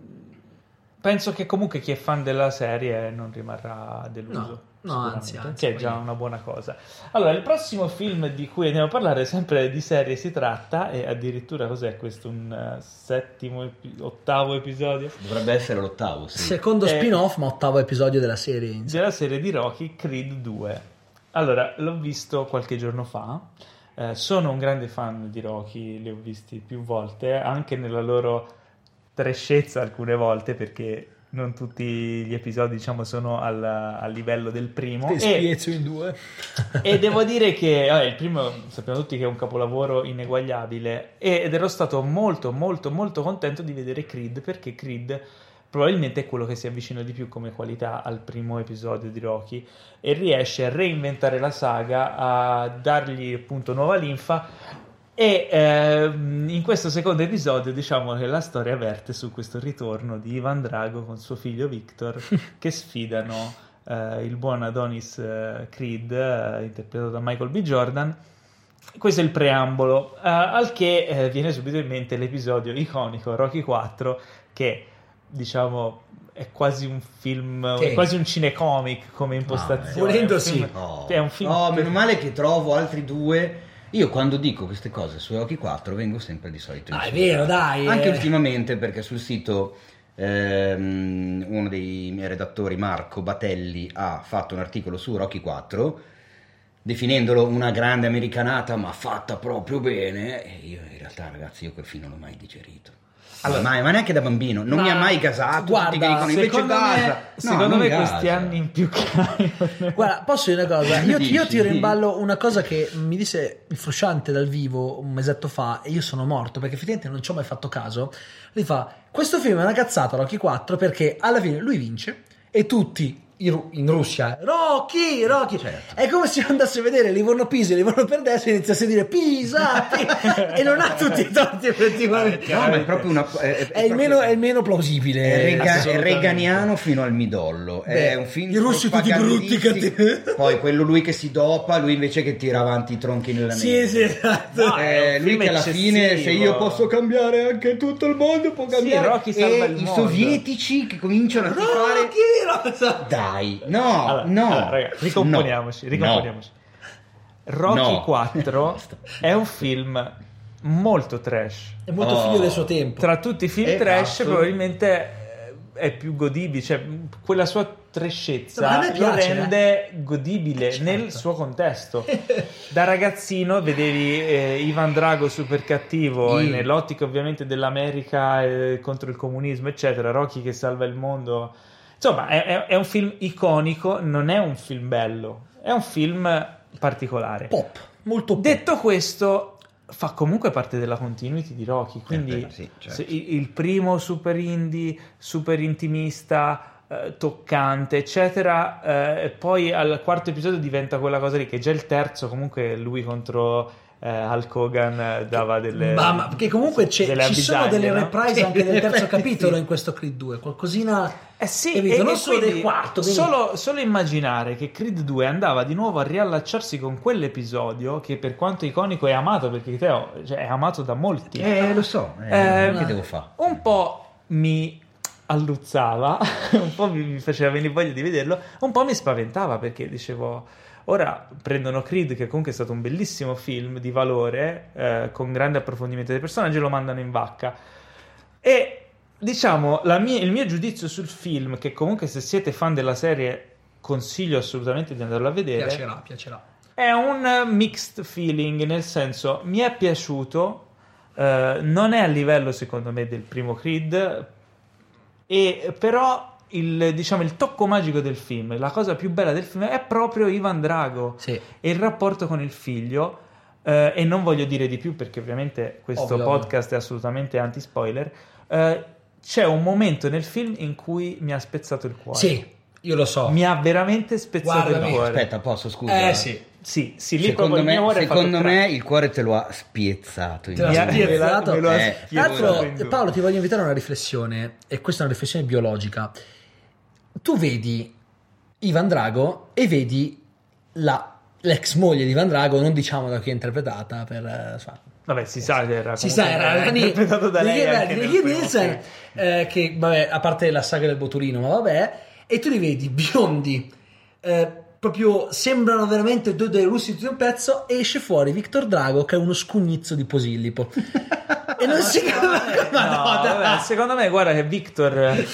Penso che comunque chi è fan della serie non rimarrà deluso. No, anzi, che è già una buona cosa. Allora, il prossimo film di cui andiamo a parlare, sempre di serie si tratta, e addirittura cos'è questo? Un ottavo episodio? Dovrebbe essere l'ottavo, sì. Secondo spin-off, ma ottavo episodio della serie. Della serie di Rocky, Creed 2. Allora, l'ho visto qualche giorno fa. Sono un grande fan di Rocky, li ho visti più volte, anche nella loro trashezza alcune volte, perché non tutti gli episodi, diciamo, sono al livello del primo. Ti spiezzo in due. E devo dire che il primo sappiamo tutti che è un capolavoro ineguagliabile, ed ero stato molto molto molto contento di vedere Creed, perché Creed probabilmente è quello che si avvicina di più come qualità al primo episodio di Rocky e riesce a reinventare la saga, a dargli appunto nuova linfa. E in questo secondo episodio, diciamo che la storia verte su questo ritorno di Ivan Drago con suo figlio Victor che sfidano il buon Adonis Creed, interpretato da Michael B. Jordan. Questo è il preambolo, al che viene subito in mente l'episodio iconico Rocky 4, che diciamo è quasi un film, è quasi un cinecomic come impostazione. Volendo sì. È un film meno male che trovo altri due. Io quando dico queste cose su Rocky 4 vengo sempre di solito è vero, dai. Anche ultimamente, perché sul sito uno dei miei redattori, Marco Batelli, ha fatto un articolo su Rocky 4 definendolo una grande americanata, ma fatta proprio bene. E io in realtà, ragazzi, io quel film non l'ho mai digerito. Allora, ma neanche da bambino, non mi ha mai gasato. Guarda, tutti che dicono invece gasa. Secondo me questi anni in più che... Guarda, posso dire una cosa? Io tiro in ballo una cosa che mi disse il Frusciante dal vivo un mesetto fa, e io sono morto perché effettivamente non ci ho mai fatto caso. Lui fa: questo film è una cazzata, Rocky 4, perché alla fine lui vince e tutti in Russia Rocky, certo. È come se andasse a vedere Livorno Pisa e Livorno Perdesso e iniziasse a dire Pisa e non ha tutti i torti effettivamente. No, ma è proprio una è il meno plausibile, è reganiano fino al midollo. È un film i russi tutti brutti cattivi. Poi quello lui che si dopa, lui invece che tira avanti i tronchi nella neve. Sì, esatto. Lui che alla fine, se io posso cambiare anche tutto il mondo, può cambiare. Rocky salva il mondo. I sovietici che cominciano a tifare. Dai, no. Allora, ragazzi, ricomponiamoci. Rocky 4 è un film molto trash. È molto figlio del suo tempo. Tra tutti i film trash probabilmente è più godibile, cioè quella sua trashezza lo rende godibile nel suo contesto. Da ragazzino vedevi Ivan Drago super cattivo nell'ottica ovviamente dell'America contro il comunismo eccetera, Rocky che salva il mondo. Insomma, è un film iconico, non è un film bello, è un film particolare. Pop, molto pop. Detto questo, fa comunque parte della continuity di Rocky, quindi sì, certo. Il primo super indie, super intimista, toccante, eccetera, e poi al quarto episodio diventa quella cosa lì, che già il terzo comunque lui contro... Hulk Hogan dava delle ma perché comunque ci sono delle reprise anche del terzo capitolo in questo Creed 2 qualcosina sì, non solo del quarto solo immaginare che Creed 2 andava di nuovo a riallacciarsi con quell'episodio che per quanto iconico è amato, perché Teo è amato da molti, lo so, che devo fare, un po' mi alluzzava un po' mi faceva venire voglia di vederlo, un po' mi spaventava perché dicevo ora prendono Creed, che comunque è stato un bellissimo film di valore, con grande approfondimento dei personaggi, e lo mandano in vacca. E diciamo il mio giudizio sul film, che comunque se siete fan della serie consiglio assolutamente di andarlo a vedere, piacerà. È un mixed feeling, nel senso mi è piaciuto, non è a livello secondo me del primo Creed, e però il tocco magico del film, la cosa più bella del film è proprio Ivan Drago e il rapporto con il figlio, e non voglio dire di più perché ovviamente questo podcast è assolutamente anti-spoiler. C'è un momento nel film in cui mi ha spezzato il cuore. Io lo so. Mi ha veramente spezzato il cuore. Aspetta, posso, scusa? Sì. Sì, lì proprio il mio cuore secondo me il cuore te lo ha spiezzato. Te l'ha spiezzato. Tra l'altro, Paolo, ti voglio invitare a una riflessione, e questa è una riflessione biologica. Tu vedi Ivan Drago e vedi l'ex moglie di Ivan Drago, non diciamo da chi è interpretata per... Vabbè, si sa, era interpretato da lei Nicky Nielsen, che vabbè, a parte la saga del botulino, ma vabbè, e tu li vedi biondi, proprio sembrano veramente due dei russi di un pezzo, e esce fuori Victor Drago che è uno scugnizzo di Posillipo. E non si capisce. Secondo me, guarda che Victor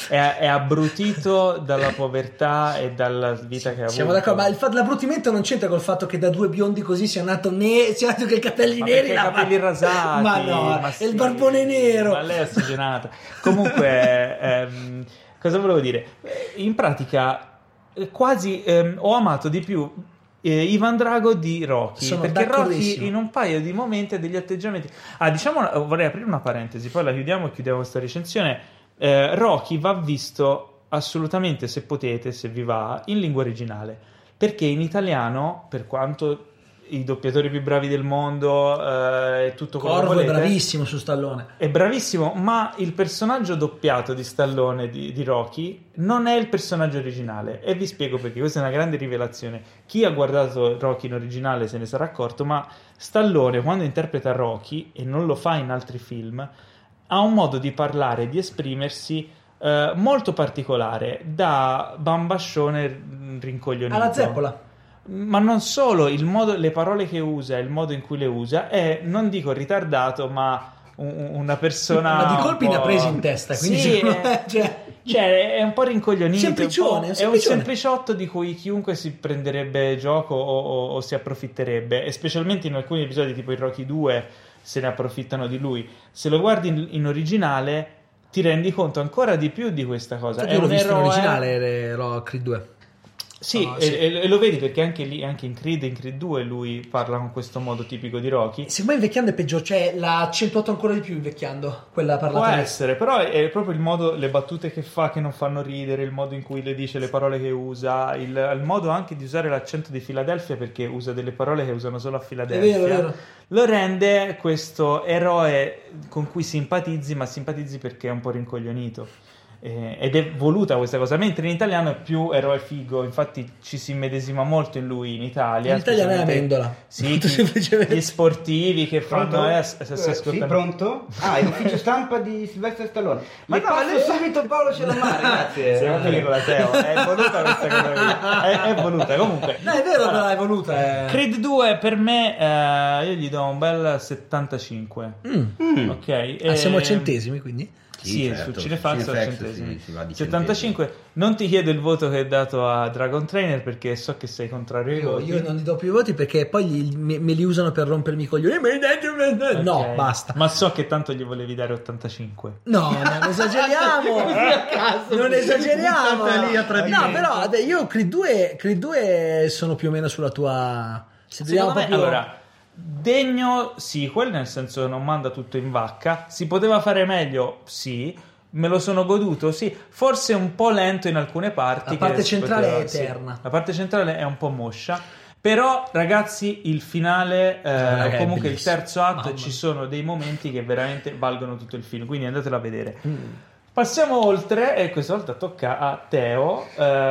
è abbrutito dalla povertà e dalla vita che ha avuto. Siamo d'accordo, ma l'abbruttimento non c'entra col fatto che da due biondi così sia nato con i capelli neri, i capelli rasati, ma no, e il barbone nero. Ma lei è ossigenata. Comunque, cosa volevo dire? In pratica, quasi ho amato di più Ivan Drago di Rocky, perché Rocky in un paio di momenti ha degli atteggiamenti. Diciamo, vorrei aprire una parentesi, poi la chiudiamo e chiudiamo questa recensione. Rocky va visto assolutamente, se potete, se vi va, in lingua originale, perché in italiano, per quanto i doppiatori più bravi del mondo e tutto quello Corvo che volete, è bravissimo su Stallone, è bravissimo, ma il personaggio doppiato di Stallone di Rocky non è il personaggio originale, e vi spiego perché. Questa è una grande rivelazione. Chi ha guardato Rocky in originale se ne sarà accorto, ma Stallone, quando interpreta Rocky, e non lo fa in altri film, ha un modo di parlare, di esprimersi molto particolare, da bambascione rincoglionito alla zeppola. Ma non solo, le parole che usa, il modo in cui le usa è, non dico ritardato, ma una persona... Ma di colpi ne ha presi in testa, quindi sì, cioè è un po' rincoglionito, semplicione. È un sempliciotto di cui chiunque si prenderebbe gioco o si approfitterebbe, e specialmente in alcuni episodi tipo in Rocky 2 se ne approfittano di lui. Se lo guardi in originale ti rendi conto ancora di più di questa cosa. Io l'ho visto in originale, Rocky 2. Sì, e lo vedi, perché anche lì, anche in Creed 2 lui parla con questo modo tipico di Rocky. Secondo me invecchiando è peggio, cioè l'ha accentuato ancora di più invecchiando, quella parlata. Può essere, però è proprio il modo, le battute che fa che non fanno ridere, il modo in cui le dice, le parole che usa, il modo anche di usare l'accento di Filadelfia, perché usa delle parole che usano solo a Filadelfia. È vero. Lo rende questo eroe con cui simpatizzi, ma simpatizzi perché è un po' rincoglionito. Ed è voluta questa cosa, mentre in italiano è più eroe figo, infatti ci si immedesima molto in lui in Italia. In italiano è Amendola. Sì, gli sportivi che fanno sì, pronto? È l'ufficio stampa di Sylvester Stallone. Ma no, subito Paolo Celamare, grazie. Siamo finiti con la Teo, è voluta questa cosa. È voluta, comunque. No, è vero, però è voluta. Creed 2 per me io gli do un bel 75. Ok. Siamo a centesimi, quindi? Sì, certo. Su Cinefax al centesimo. Si va di 75. Non ti chiedo il voto che hai dato a Dragon Trainer, perché so che sei contrario ai voti. Io non gli do più i voti perché poi me li usano per rompermi i coglioni. Okay. No, basta. Ma so che tanto gli volevi dare 85. No, non esageriamo. Non esageriamo. No, però vabbè, io Creed 2 sono più o meno sulla tua... Allora, degno sequel, nel senso non manda tutto in vacca. Si poteva fare meglio? Sì. Me lo sono goduto? Sì. Forse un po' lento in alcune parti. La parte centrale è eterna. Sì. La parte centrale è un po' moscia. Però ragazzi, il finale comunque il terzo atto, ci sono dei momenti che veramente valgono tutto il film, quindi andatelo a vedere. Passiamo oltre, e questa volta tocca a Teo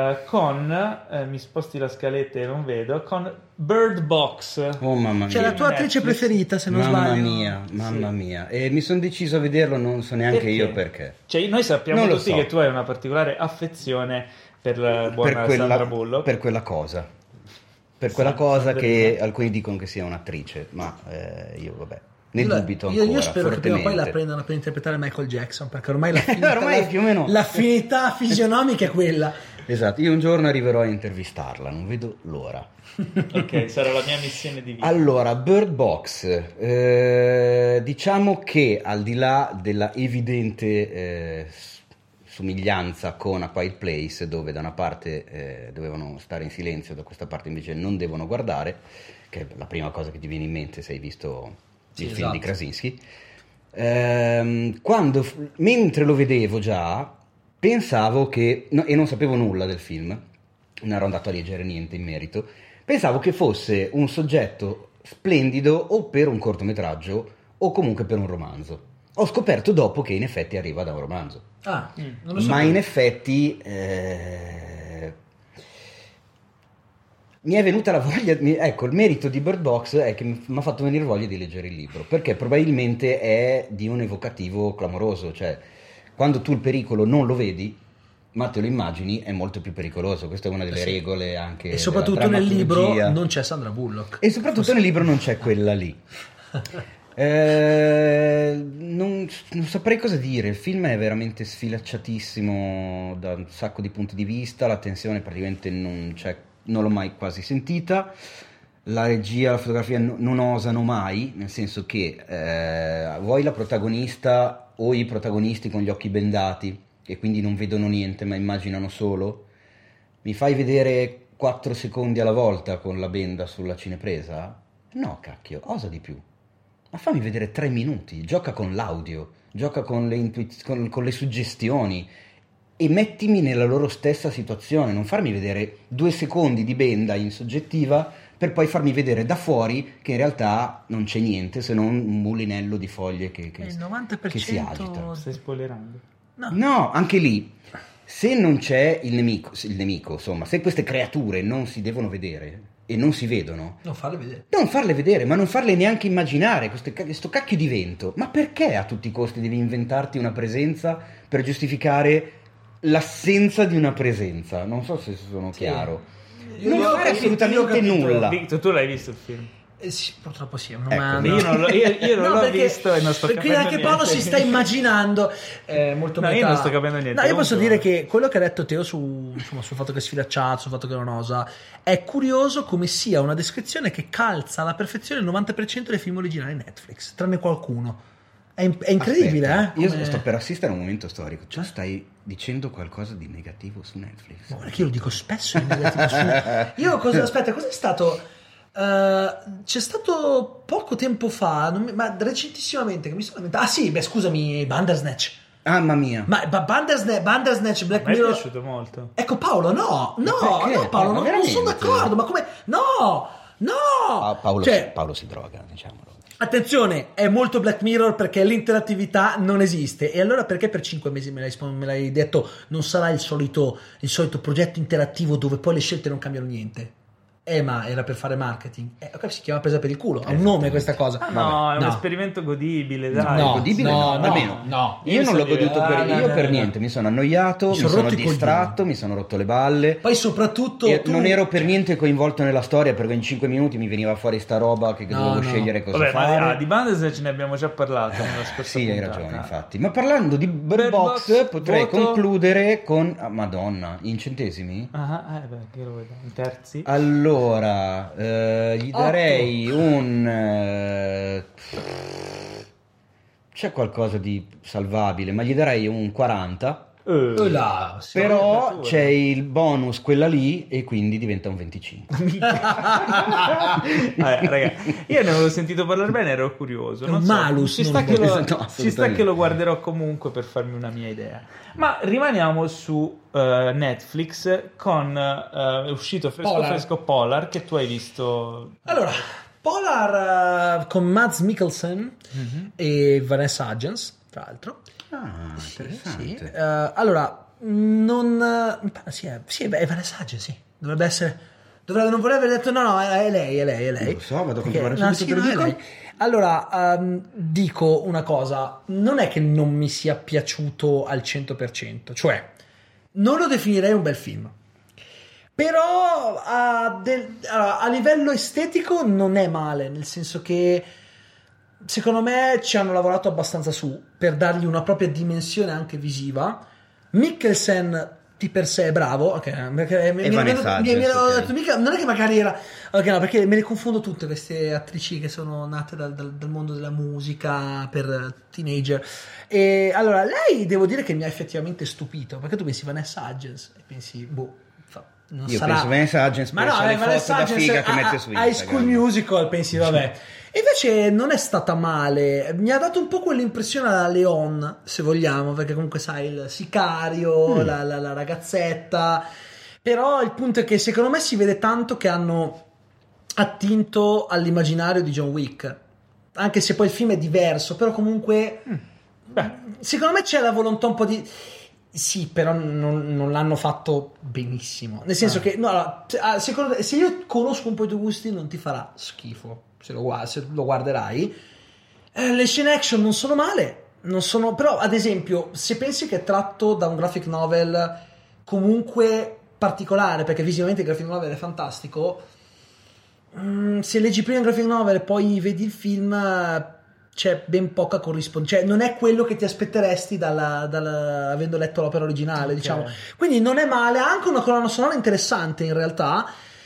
con mi sposti la scaletta e non vedo, con Bird Box. Oh mamma mia, cioè la tua attrice preferita, se non sbaglio. Mamma mia, e mi sono deciso a vederlo, non so neanche io perché. Cioè noi sappiamo tutti che tu hai una particolare affezione per la buona Sandra Bullock. Per quella cosa. Per quella cosa che alcuni dicono che sia un'attrice, ma io vabbè. Ne dubito ancora. Io spero che prima o poi la prendano per interpretare Michael Jackson, perché ormai più o meno l'affinità fisionomica è quella. Esatto, io un giorno arriverò a intervistarla, non vedo l'ora. Ok, sarà la mia missione di vita. Allora, Bird Box, diciamo che al di là della evidente somiglianza con A Quiet Place, dove da una parte dovevano stare in silenzio, da questa parte invece non devono guardare, che è la prima cosa che ti viene in mente se hai visto il film di Krasinski. Mentre lo vedevo già, pensavo che, e non sapevo nulla del film, non ero andato a leggere niente in merito, pensavo che fosse un soggetto splendido o per un cortometraggio o comunque per un romanzo. Ho scoperto dopo che in effetti arriva da un romanzo. Non lo so. Ma in effetti mi è venuta la voglia, ecco, il merito di Bird Box è che mi ha fatto venire voglia di leggere il libro, perché probabilmente è di un evocativo clamoroso, cioè quando tu il pericolo non lo vedi ma te lo immagini, è molto più pericoloso. Questa è una delle regole anche. E soprattutto nel libro non c'è Sandra Bullock. E soprattutto nel libro non c'è quella lì. Non saprei cosa dire. Il film è veramente sfilacciatissimo da un sacco di punti di vista. La tensione praticamente non c'è, non l'ho mai quasi sentita. La regia, la fotografia non osano mai, nel senso che vuoi la protagonista o i protagonisti con gli occhi bendati e quindi non vedono niente ma immaginano solo, mi fai vedere 4 secondi alla volta con la benda sulla cinepresa? No, cacchio, osa di più, ma fammi vedere 3 minuti, gioca con l'audio, gioca con le suggestioni e mettimi nella loro stessa situazione, non farmi vedere 2 secondi di benda in soggettiva per poi farmi vedere da fuori che in realtà non c'è niente se non un mulinello di foglie che si agita. Stai spoilerando? No, anche lì, se non c'è il nemico, insomma, se queste creature non si devono vedere e non si vedono, non farle vedere, ma non farle neanche immaginare, questo cacchio di vento. Ma perché a tutti i costi devi inventarti una presenza per giustificare l'assenza di una presenza? Non so se sono chiaro. Non fare assolutamente nulla. Victor, tu l'hai visto il film? Sì, purtroppo sì, io non l'ho visto e non sto capendo anche niente. Paolo si sta immaginando molto no, io non sto capendo niente. No, io posso dire che quello che ha detto Teo sul fatto che è sfilacciato, sul fatto che non osa, è curioso come sia una descrizione che calza alla perfezione il 90% dei film originali Netflix, tranne qualcuno. È incredibile. Aspetta, io sto per assistere a un momento storico. Tu stai dicendo qualcosa di negativo su Netflix? Ma guarda che io lo dico spesso in negativo su Netflix. Aspetta, cos'è stato? C'è stato poco tempo fa, ma recentissimamente, che mi sono lamentato. Ah sì, scusami, Bandersnatch. Mamma mia. Ma Bandersnatch, Black Mirror. Mi è piaciuto molto. Ecco Paolo, no Paolo, non sono d'accordo, ma come? No! Paolo si droga, diciamolo. Attenzione, è molto Black Mirror perché l'interattività non esiste. E allora perché per 5 mesi me l'hai detto non sarà il solito progetto interattivo dove poi le scelte non cambiano niente? Ma era per fare marketing. Si chiama presa per il culo. Ha un nome questa cosa. No, è un esperimento godibile, dai. Godibile? Almeno. Io non l'ho goduto per niente. Mi sono annoiato, mi sono distratto, mi sono rotto le balle. Poi soprattutto non ero per niente coinvolto nella storia, perché in 5 minuti mi veniva fuori sta roba che dovevo scegliere cosa fare. Ma di Bandersnatch ne abbiamo già parlato nella scorsa Sì, puntata. hai ragione, infatti. Ma parlando di Bird Box potrei concludere con Madonna, in centesimi? Che lo vedo, in terzi. Allora, gli darei un... c'è qualcosa di salvabile, ma gli darei un 40. Però c'è il bonus quella lì e quindi diventa un 25. Raga, io ne avevo sentito parlare bene, ero curioso. Non malus. Ci sta che lo guarderò comunque per farmi una mia idea. Ma rimaniamo su Netflix con è uscito fresco Polar, che tu hai visto. Allora, Polar con Mads Mikkelsen e Vanessa Hudgens, tra l'altro. Interessante. Sì. Allora, non... Sì, è Vanessa Hudgens, sì. Dovrebbe essere... non vorrei aver detto no, è lei. Non lo so, vado a controllare subito, te lo dico. Allora, dico una cosa. Non è che non mi sia piaciuto al 100%. Cioè, non lo definirei un bel film. Però a livello estetico non è male, nel senso che secondo me ci hanno lavorato abbastanza su per dargli una propria dimensione anche visiva. Mikkelsen di per sé è bravo, non è che magari era perché me le confondo tutte queste attrici che sono nate dal mondo della musica per teenager. E allora lei devo dire che mi ha effettivamente stupito, perché tu pensi Vanessa Hudgens e pensi Io penso Vanessa Hudgens, ma no, le Vanessa foto da Hudgens figa che mette su Instagram. High School Musical, pensi vabbè. E invece non è stata male, mi ha dato un po' quell'impressione alla Leon, se vogliamo, perché comunque sai il sicario, la ragazzetta, però il punto è che secondo me si vede tanto che hanno attinto all'immaginario di John Wick, anche se poi il film è diverso, però comunque secondo me c'è la volontà un po' di... Sì, però non l'hanno fatto benissimo. Nel senso che secondo te, se io conosco un po' i tuoi gusti, non ti farà schifo se lo guarderai. Le scene action non sono male, però ad esempio, se pensi che è tratto da un graphic novel comunque particolare, perché visivamente il graphic novel è fantastico, se leggi prima il graphic novel e poi vedi il film, c'è ben poca corrispondenza, cioè non è quello che ti aspetteresti avendo letto l'opera originale, diciamo. Quindi non è male, ha anche una colonna sonora interessante in realtà.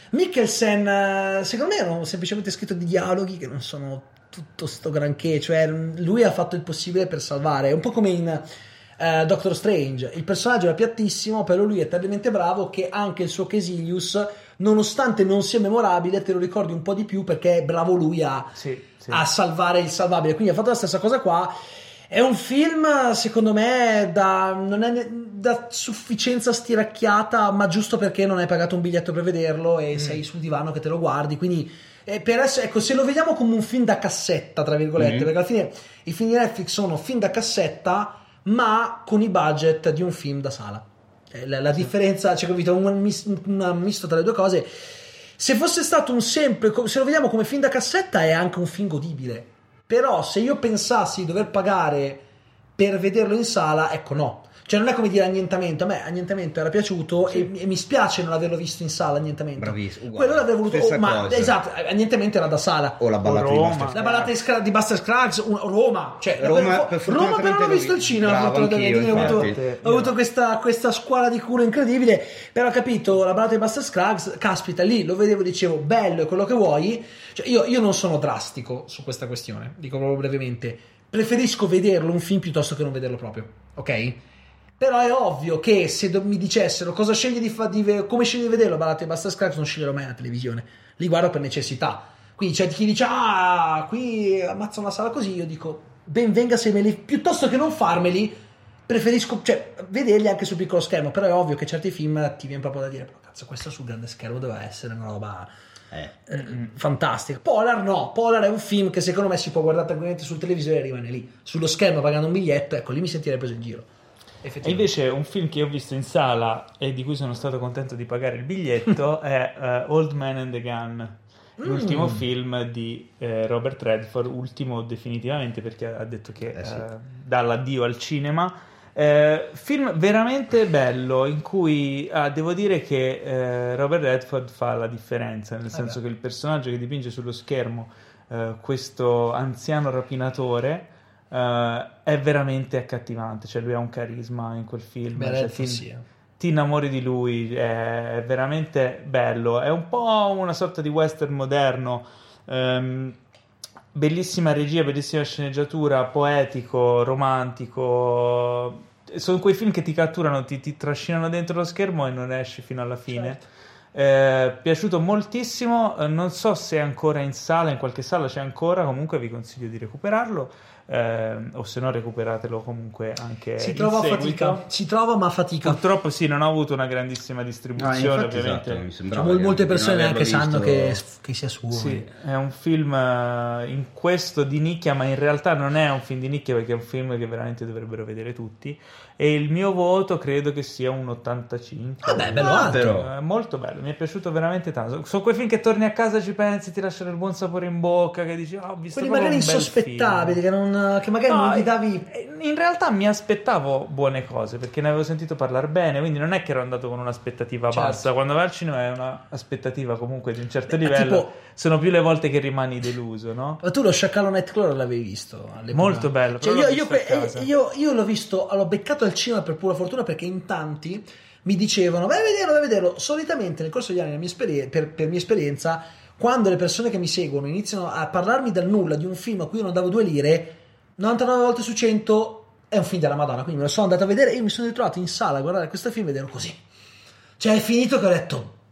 Mikkelsen, secondo me erano semplicemente scritto di dialoghi che non sono tutto sto granché, cioè lui ha fatto il possibile per salvare, è un po' come in Doctor Strange, il personaggio era piattissimo, però lui è talmente bravo che anche il suo Kesilius, nonostante non sia memorabile, te lo ricordi un po' di più perché è bravo lui a salvare il salvabile. Quindi ha fatto la stessa cosa qua. È un film secondo me non è da sufficienza stiracchiata, ma giusto perché non hai pagato un biglietto per vederlo e sei sul divano che te lo guardi, quindi per adesso, ecco, se lo vediamo come un film da cassetta tra virgolette, perché alla fine i film di Netflix sono film da cassetta ma con i budget di un film da sala. La differenza, c'è un misto tra le due cose. Se fosse stato se lo vediamo come film da cassetta, è anche un film godibile. Però se io pensassi di dover pagare per vederlo in sala, ecco no. Cioè non è come dire Annientamento. A me Annientamento era piaciuto e mi spiace non averlo visto in sala. Annientamento, bravissimo, quello l'avrei voluto. Esatto, Annientamento era da sala. O la ballata di Buster Scruggs. La ballata di Buster Scruggs, Roma. Cioè, Roma però l'ho visto al cinema. Ho avuto questa scuola di culo incredibile. Però ho capito, la ballata di Buster Scruggs, caspita, lì lo vedevo, dicevo bello è quello che vuoi. Cioè, io non sono drastico su questa questione, dico proprio brevemente. Preferisco vederlo un film piuttosto che non vederlo proprio, ok? Però è ovvio che se mi dicessero cosa scegli come scegli di vederlo, ballate e Buster Scruggs, non sceglierò mai la televisione, li guardo per necessità. Quindi c'è chi dice qui ammazza una sala così, io dico ben venga se me li, piuttosto che non farmeli, preferisco vederli anche sul piccolo schermo. Però è ovvio che certi film ti viene proprio da dire però cazzo, questo sul grande schermo doveva essere una roba fantastica. Polar è un film che secondo me si può guardare tranquillamente sul televisore e rimane lì sullo schermo pagando un biglietto, ecco lì mi sentirei preso in giro. E invece un film che ho visto in sala e di cui sono stato contento di pagare il biglietto è Old Man and the Gun, l'ultimo film di Robert Redford, ultimo definitivamente perché ha detto che dà l'addio al cinema. Film veramente bello in cui devo dire che Robert Redford fa la differenza, nel senso che il personaggio che dipinge sullo schermo, questo anziano rapinatore, è veramente accattivante, cioè lui ha un carisma in quel film, ti innamori di lui, è veramente bello, è un po' una sorta di western moderno, bellissima regia, bellissima sceneggiatura, poetico, romantico. Sono quei film che ti catturano, ti trascinano dentro lo schermo e non esci fino alla fine. Piaciuto moltissimo, non so se è ancora in sala, in qualche sala c'è ancora, comunque vi consiglio di recuperarlo, o se no recuperatelo comunque anche si trova a fatica, si trova ma a fatica, purtroppo non ha avuto una grandissima distribuzione, ovviamente molte persone neanche sanno che sia suo. È un film in questo di nicchia, ma in realtà non è un film di nicchia perché è un film che veramente dovrebbero vedere tutti, e il mio voto credo che sia un 85. Bello alto. Molto bello, mi è piaciuto veramente tanto. Sono quei film che torni a casa, ci pensi, ti lasciano il buon sapore in bocca, che dici ho visto quelli magari insospettabili che magari non gli davi. In realtà mi aspettavo buone cose perché ne avevo sentito parlare bene, quindi non è che ero andato con un'aspettativa bassa. Quando vai al cinema è un'aspettativa comunque di un certo livello, sono più le volte che rimani deluso, no? Ma tu lo Sciacallo Nightcrawler l'avevi visto all'epoca? Molto bello, io l'ho visto, l'ho beccato al cinema per pura fortuna perché in tanti mi dicevano vai a vederlo. Solitamente nel corso degli anni per mia esperienza, quando le persone che mi seguono iniziano a parlarmi dal nulla di un film a cui io non davo 2 lire, 99 volte su 100 è un film della Madonna. Quindi me lo sono andato a vedere e io mi sono ritrovato in sala a guardare questo film e vederlo così. Cioè è finito che ho detto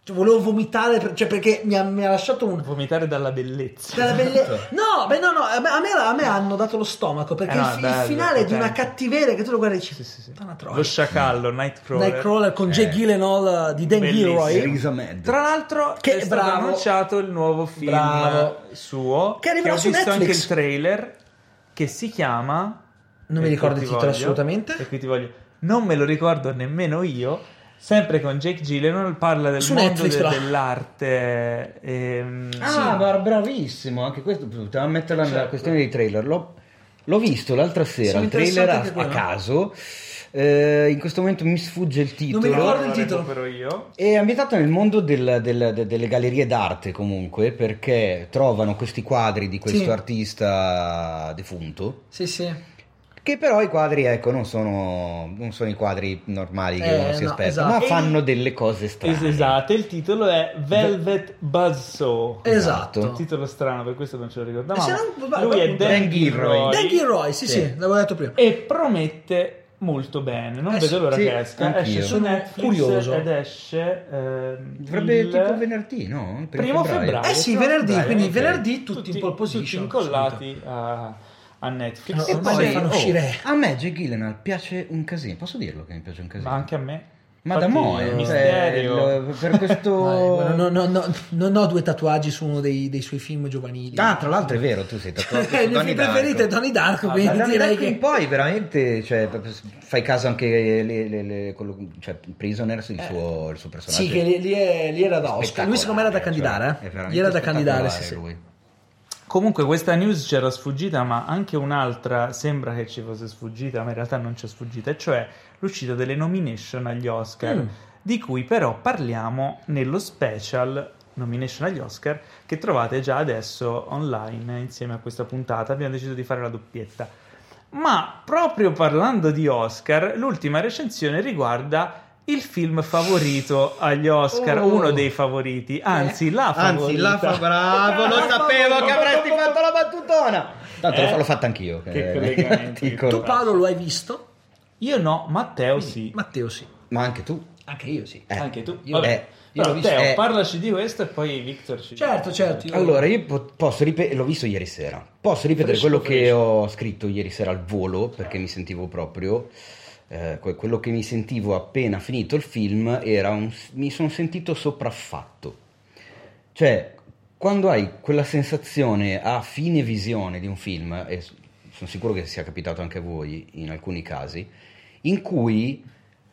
Cioè, volevo vomitare, cioè, perché mi ha lasciato un... Vomitare dalla bellezza. No, a me hanno dato lo stomaco, perché il finale è di una cattiveria che tu lo guardi e dici... Sì. Lo sciacallo, Nightcrawler con Jake Gyllenhaal di Dan Gilroy. Tra l'altro è stato annunciato il nuovo film suo, che arriverà su ho visto Netflix. Anche il trailer, che si chiama... Non mi ricordo il titolo assolutamente. E qui ti voglio... Non me lo ricordo nemmeno io. Sempre con Jake Gyllenhaal, parla del su mondo Netflix, dell'arte. Bravissimo, anche questo potevamo metterla nella questione dei trailer. L'ho visto l'altra sera, il trailer a caso. In questo momento mi sfugge il titolo. Non mi ricordo il titolo. Però io. È ambientato nel mondo delle gallerie d'arte, comunque, perché trovano questi quadri di questo artista defunto. Sì. Che però i quadri, ecco, non sono i quadri normali che uno si aspetta, esatto. ma fanno delle cose strane. Esatto, il titolo è Velvet Buzzsaw. Esatto. Titolo strano, per questo non ce lo ricordavamo. Lui Lui è Dan Gilroy. Dan Gilroy, sì, l'avevo detto prima. E promette molto bene, non vedo l'ora che esca. Esce su Netflix, curioso. ed esce dovrebbe tipo venerdì, no? Primo febbraio. Sì, venerdì, quindi venerdì tutti in pole position, tutti incollati a Netflix. E poi fanno uscire. A me Jake Gyllenhaal piace un casino, posso dirlo che mi piace un casino? Ma anche a me. Ma da mo' misterio per questo non ho 2 tatuaggi su uno dei suoi film giovanili. Tra l'altro è vero, tu sei tatuato il mio film preferito è Donnie Darko, quindi direi che poi veramente, cioè, fai caso anche cioè, Prisoners, il suo personaggio. Sì, che lì era da Oscar. Lui secondo me era da candidare, Gli era da candidare, lui. Comunque questa news c'era sfuggita, ma anche un'altra sembra che ci fosse sfuggita, ma in realtà non c'è sfuggita, e cioè l'uscita delle nomination agli Oscar, di cui però parliamo nello special nomination agli Oscar che trovate già adesso online insieme a questa puntata. Abbiamo deciso di fare la doppietta. Ma proprio parlando di Oscar, l'ultima recensione riguarda il film favorito agli Oscar, uno dei favoriti, anzi la favorita. Bravo, lo sapevo che avresti fatto la battutona. Tanto l'ho fatta anch'io. Che collegamenti. Tu Paolo lo hai visto? Io no, Matteo sì. Matteo sì. Ma anche tu? Anche io sì. Anche tu? Io Però Teo, parlaci di questo e poi Victor ci Certo. Allora, io posso ripetere, l'ho visto ieri sera. Posso ripetere quello che ho scritto ieri sera al volo, perché mi sentivo proprio... quello che mi sentivo appena finito il film era mi sono sentito sopraffatto. Cioè, quando hai quella sensazione a fine visione di un film, e sono sicuro che sia capitato anche a voi in alcuni casi, in cui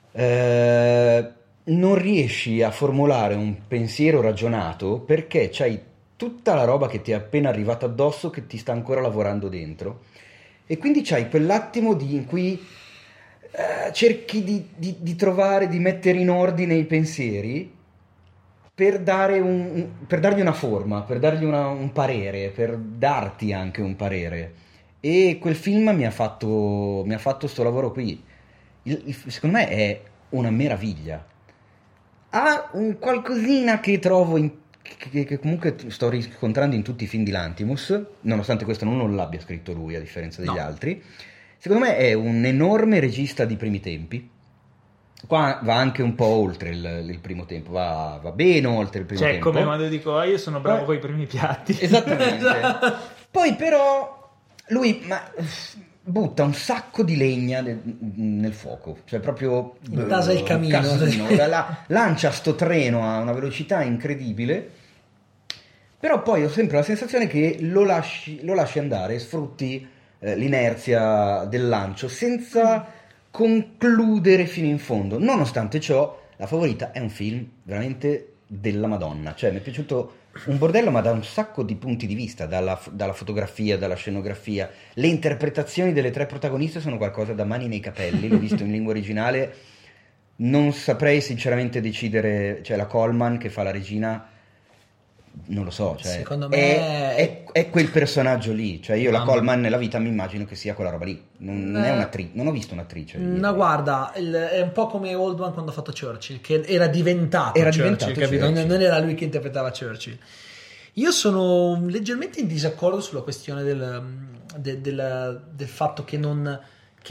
non riesci a formulare un pensiero ragionato perché c'hai tutta la roba che ti è appena arrivata addosso che ti sta ancora lavorando dentro, e quindi c'hai quell'attimo in cui cerchi di trovare, di mettere in ordine i pensieri per dargli una forma, per dargli un parere, per darti anche un parere. E quel film mi ha fatto sto lavoro qui. Secondo me è una meraviglia. Ha un qualcosina che trovo che comunque sto riscontrando in tutti i film di Lanthimos, nonostante questo non l'abbia scritto lui a differenza degli altri. Secondo me è un enorme regista di primi tempi. Qua va anche un po' oltre il primo tempo, va bene oltre il primo tempo. Cioè, come quando dico, io sono bravo con i primi piatti. Esattamente. Poi però lui butta un sacco di legna nel fuoco, cioè proprio intasa il camino. Lancia sto treno a una velocità incredibile. Però poi ho sempre la sensazione che lo lasci andare e sfrutti l'inerzia del lancio senza concludere fino in fondo. Nonostante ciò, La Favorita è un film veramente della Madonna, cioè mi è piaciuto un bordello, ma da un sacco di punti di vista, dalla fotografia, dalla scenografia. Le interpretazioni delle 3 protagoniste sono qualcosa da mani nei capelli. L'ho visto in lingua originale, non saprei sinceramente decidere, cioè la Coleman che fa la regina, non lo so, cioè, secondo me è quel personaggio lì, cioè io la Coleman nella vita mi immagino che sia quella roba lì, non è un'attrice, non ho visto un'attrice. No, guarda, è un po' come Oldman quando ha fatto Churchill, che era diventato Churchill, capito? Non era lui che interpretava Churchill. Io sono leggermente in disaccordo sulla questione del fatto che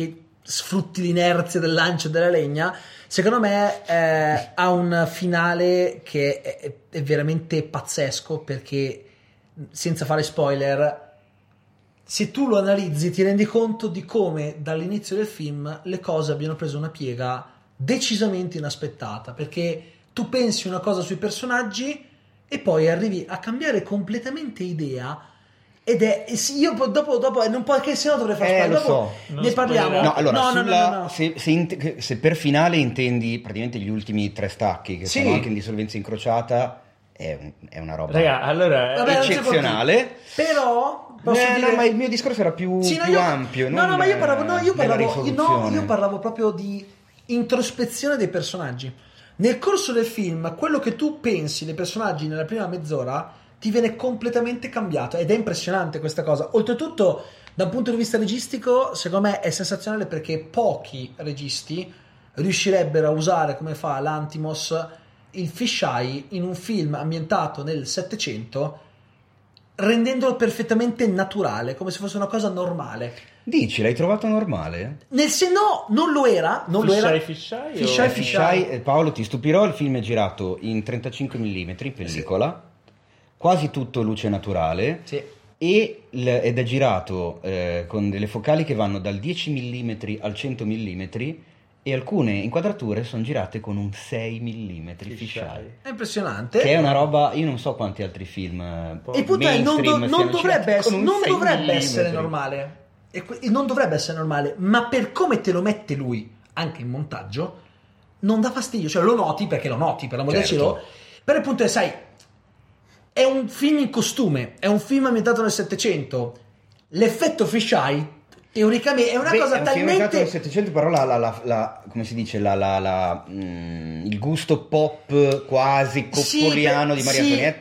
sfrutti l'inerzia del lancio della legna, secondo me ha un finale che è veramente pazzesco, perché senza fare spoiler, se tu lo analizzi ti rendi conto di come dall'inizio del film le cose abbiano preso una piega decisamente inaspettata, perché tu pensi una cosa sui personaggi e poi arrivi a cambiare completamente idea. Ed è io dopo non può, che se no dovrei fare spoiler. Dopo ne parliamo. No, allora se per finale intendi praticamente gli ultimi 3 stacchi che sono anche in dissolvenza incrociata, è una roba, raga, allora eccezionale. Però ma il mio discorso era più ampio. Ma io parlavo proprio di introspezione dei personaggi. Nel corso del film, quello che tu pensi dei personaggi nella prima mezz'ora ti viene completamente cambiato, ed è impressionante questa cosa. Oltretutto, da un punto di vista registico, secondo me è sensazionale, perché pochi registi riuscirebbero a usare, come fa Lanthimos, il fisheye in un film ambientato nel Settecento, rendendolo perfettamente naturale, come se fosse una cosa normale. Dici, l'hai trovato normale? No, non lo era. Fisheye. Paolo, ti stupirò, il film è girato in 35 mm, pellicola, quasi tutto luce naturale, ed è girato con delle focali che vanno dal 10 mm al 100 mm, e alcune inquadrature sono girate con un 6 mm fisheye. È impressionante. Che è una roba, io non so quanti altri film e non dovrebbe essere normale. E non dovrebbe essere normale, ma per come te lo mette lui anche in montaggio non dà fastidio, cioè lo noti per l'amor del cielo, però il punto è, sai, è un film in costume, è un film ambientato nel Settecento, l'effetto fisheye teoricamente è una cosa talmente... È un film ambientato nel Settecento, però come si dice, il gusto pop quasi coppoliano di Maria Antonietta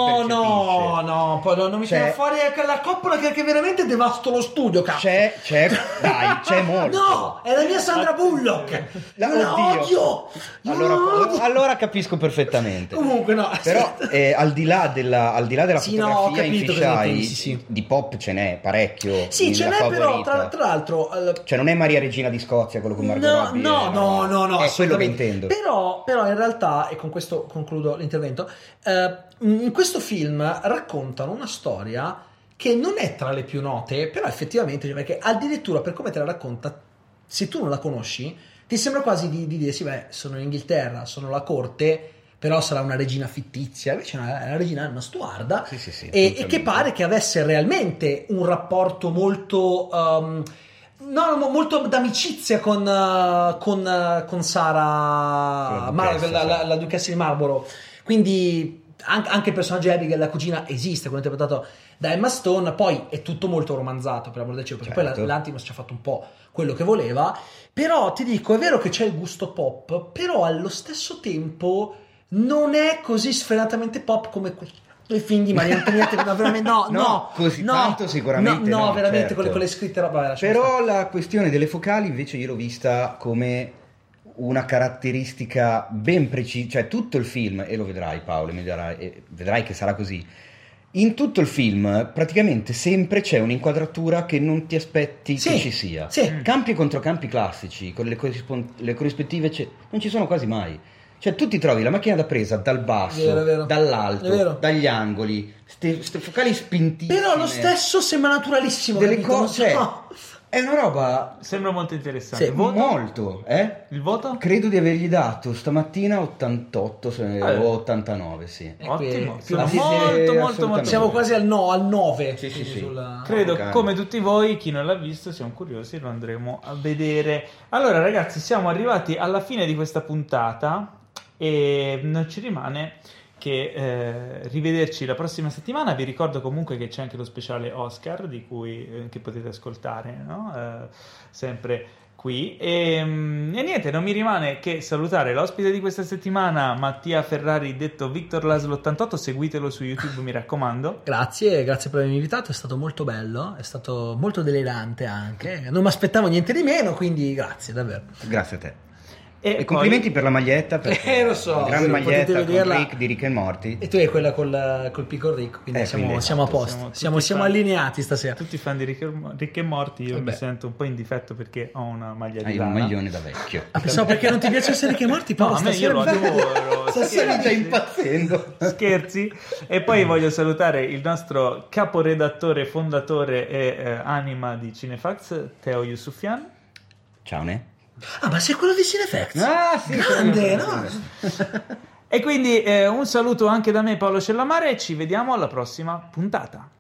no, poi non mi tira fuori la coppola che veramente devasto lo studio, cazzo. C'è molto. No, è la mia Sandra Bullock. Odio. Allora capisco perfettamente. Comunque no. Però al di là della fotografia in fisheye, di pop ce n'è parecchio. Sì, ce n'è, però tra l'altro cioè non è Maria Regina di Scozia quello con Margot Robbie, no, è quello che intendo. Però in realtà, e con questo concludo l'intervento, in questo film raccontano una storia che non è tra le più note, però effettivamente, perché addirittura per come te la racconta, se tu non la conosci ti sembra quasi di dire sì, sono in Inghilterra, sono la corte, però sarà una regina fittizia, invece la regina è una stuarda, e che pare che avesse realmente un rapporto molto molto d'amicizia con Sara, la duchessa di Marlborough, quindi anche il personaggio di Abigail, la cugina, esiste, quello interpretato da Emma Stone. Poi è tutto molto romanzato, per amor del cielo, perché poi l'Antimos ci ha fatto un po' quello che voleva. Però ti dico, è vero che c'è il gusto pop, però allo stesso tempo non è così sfrenatamente pop come quei film di Maria Antonietta. Tanto sicuramente no, veramente, certo. con le scritte roba. Però la questione delle focali invece io l'ho vista come una caratteristica ben precisa, cioè tutto il film, e lo vedrai Paolo, vedrai che sarà così, in tutto il film praticamente sempre c'è un'inquadratura che non ti aspetti che ci sia. Campi e controcampi classici con le corrispettive non ci sono quasi mai. Cioè tu ti trovi la macchina da presa dal basso, vero. dall'alto, dagli angoli, ste focali spintissime. Però lo stesso sembra naturalissimo. Delle cose, è una roba... Sembra molto interessante. Molto, Il voto? Credo di avergli dato stamattina 88 o 89, sì. Ottimo. Molto. Siamo quasi al 9. Sì. Credo, come tutti voi, chi non l'ha visto, siamo curiosi, lo andremo a vedere. Allora ragazzi, siamo arrivati alla fine di questa puntata e non ci rimane che rivederci la prossima settimana. Vi ricordo comunque che c'è anche lo speciale Oscar di cui che potete ascoltare, no? Sempre qui e niente, non mi rimane che salutare l'ospite di questa settimana, Mattia Ferrari, detto Victor Laszlo 88. Seguitelo su YouTube, mi raccomando. Grazie per avermi invitato, è stato molto bello, è stato molto delirante anche, non mi aspettavo niente di meno, quindi grazie davvero. Grazie a te. E complimenti per la maglietta, perché lo so, gran maglietta con vederla. Rick di Rick and Morty. E tu hai quella col piccolo Rick, quindi siamo a posto, siamo allineati stasera. Tutti fan di Rick e Morty, io mi sento un po' in difetto perché ho una maglia di lana. Hai un maglione da vecchio. Pensavo perché non ti piacesse Rick e Morty, Paolo, no, stasera io lo adoro. Stasera già impazzendo. Scherzi. E poi voglio salutare il nostro caporedattore, fondatore e anima di Cinefax, Teo Yusufian. Ciao Ne. Ah, ma sei quello di Cinefacts? Ah, sì, grande, no? E quindi un saluto anche da me, Paolo Cellamare, e ci vediamo alla prossima puntata.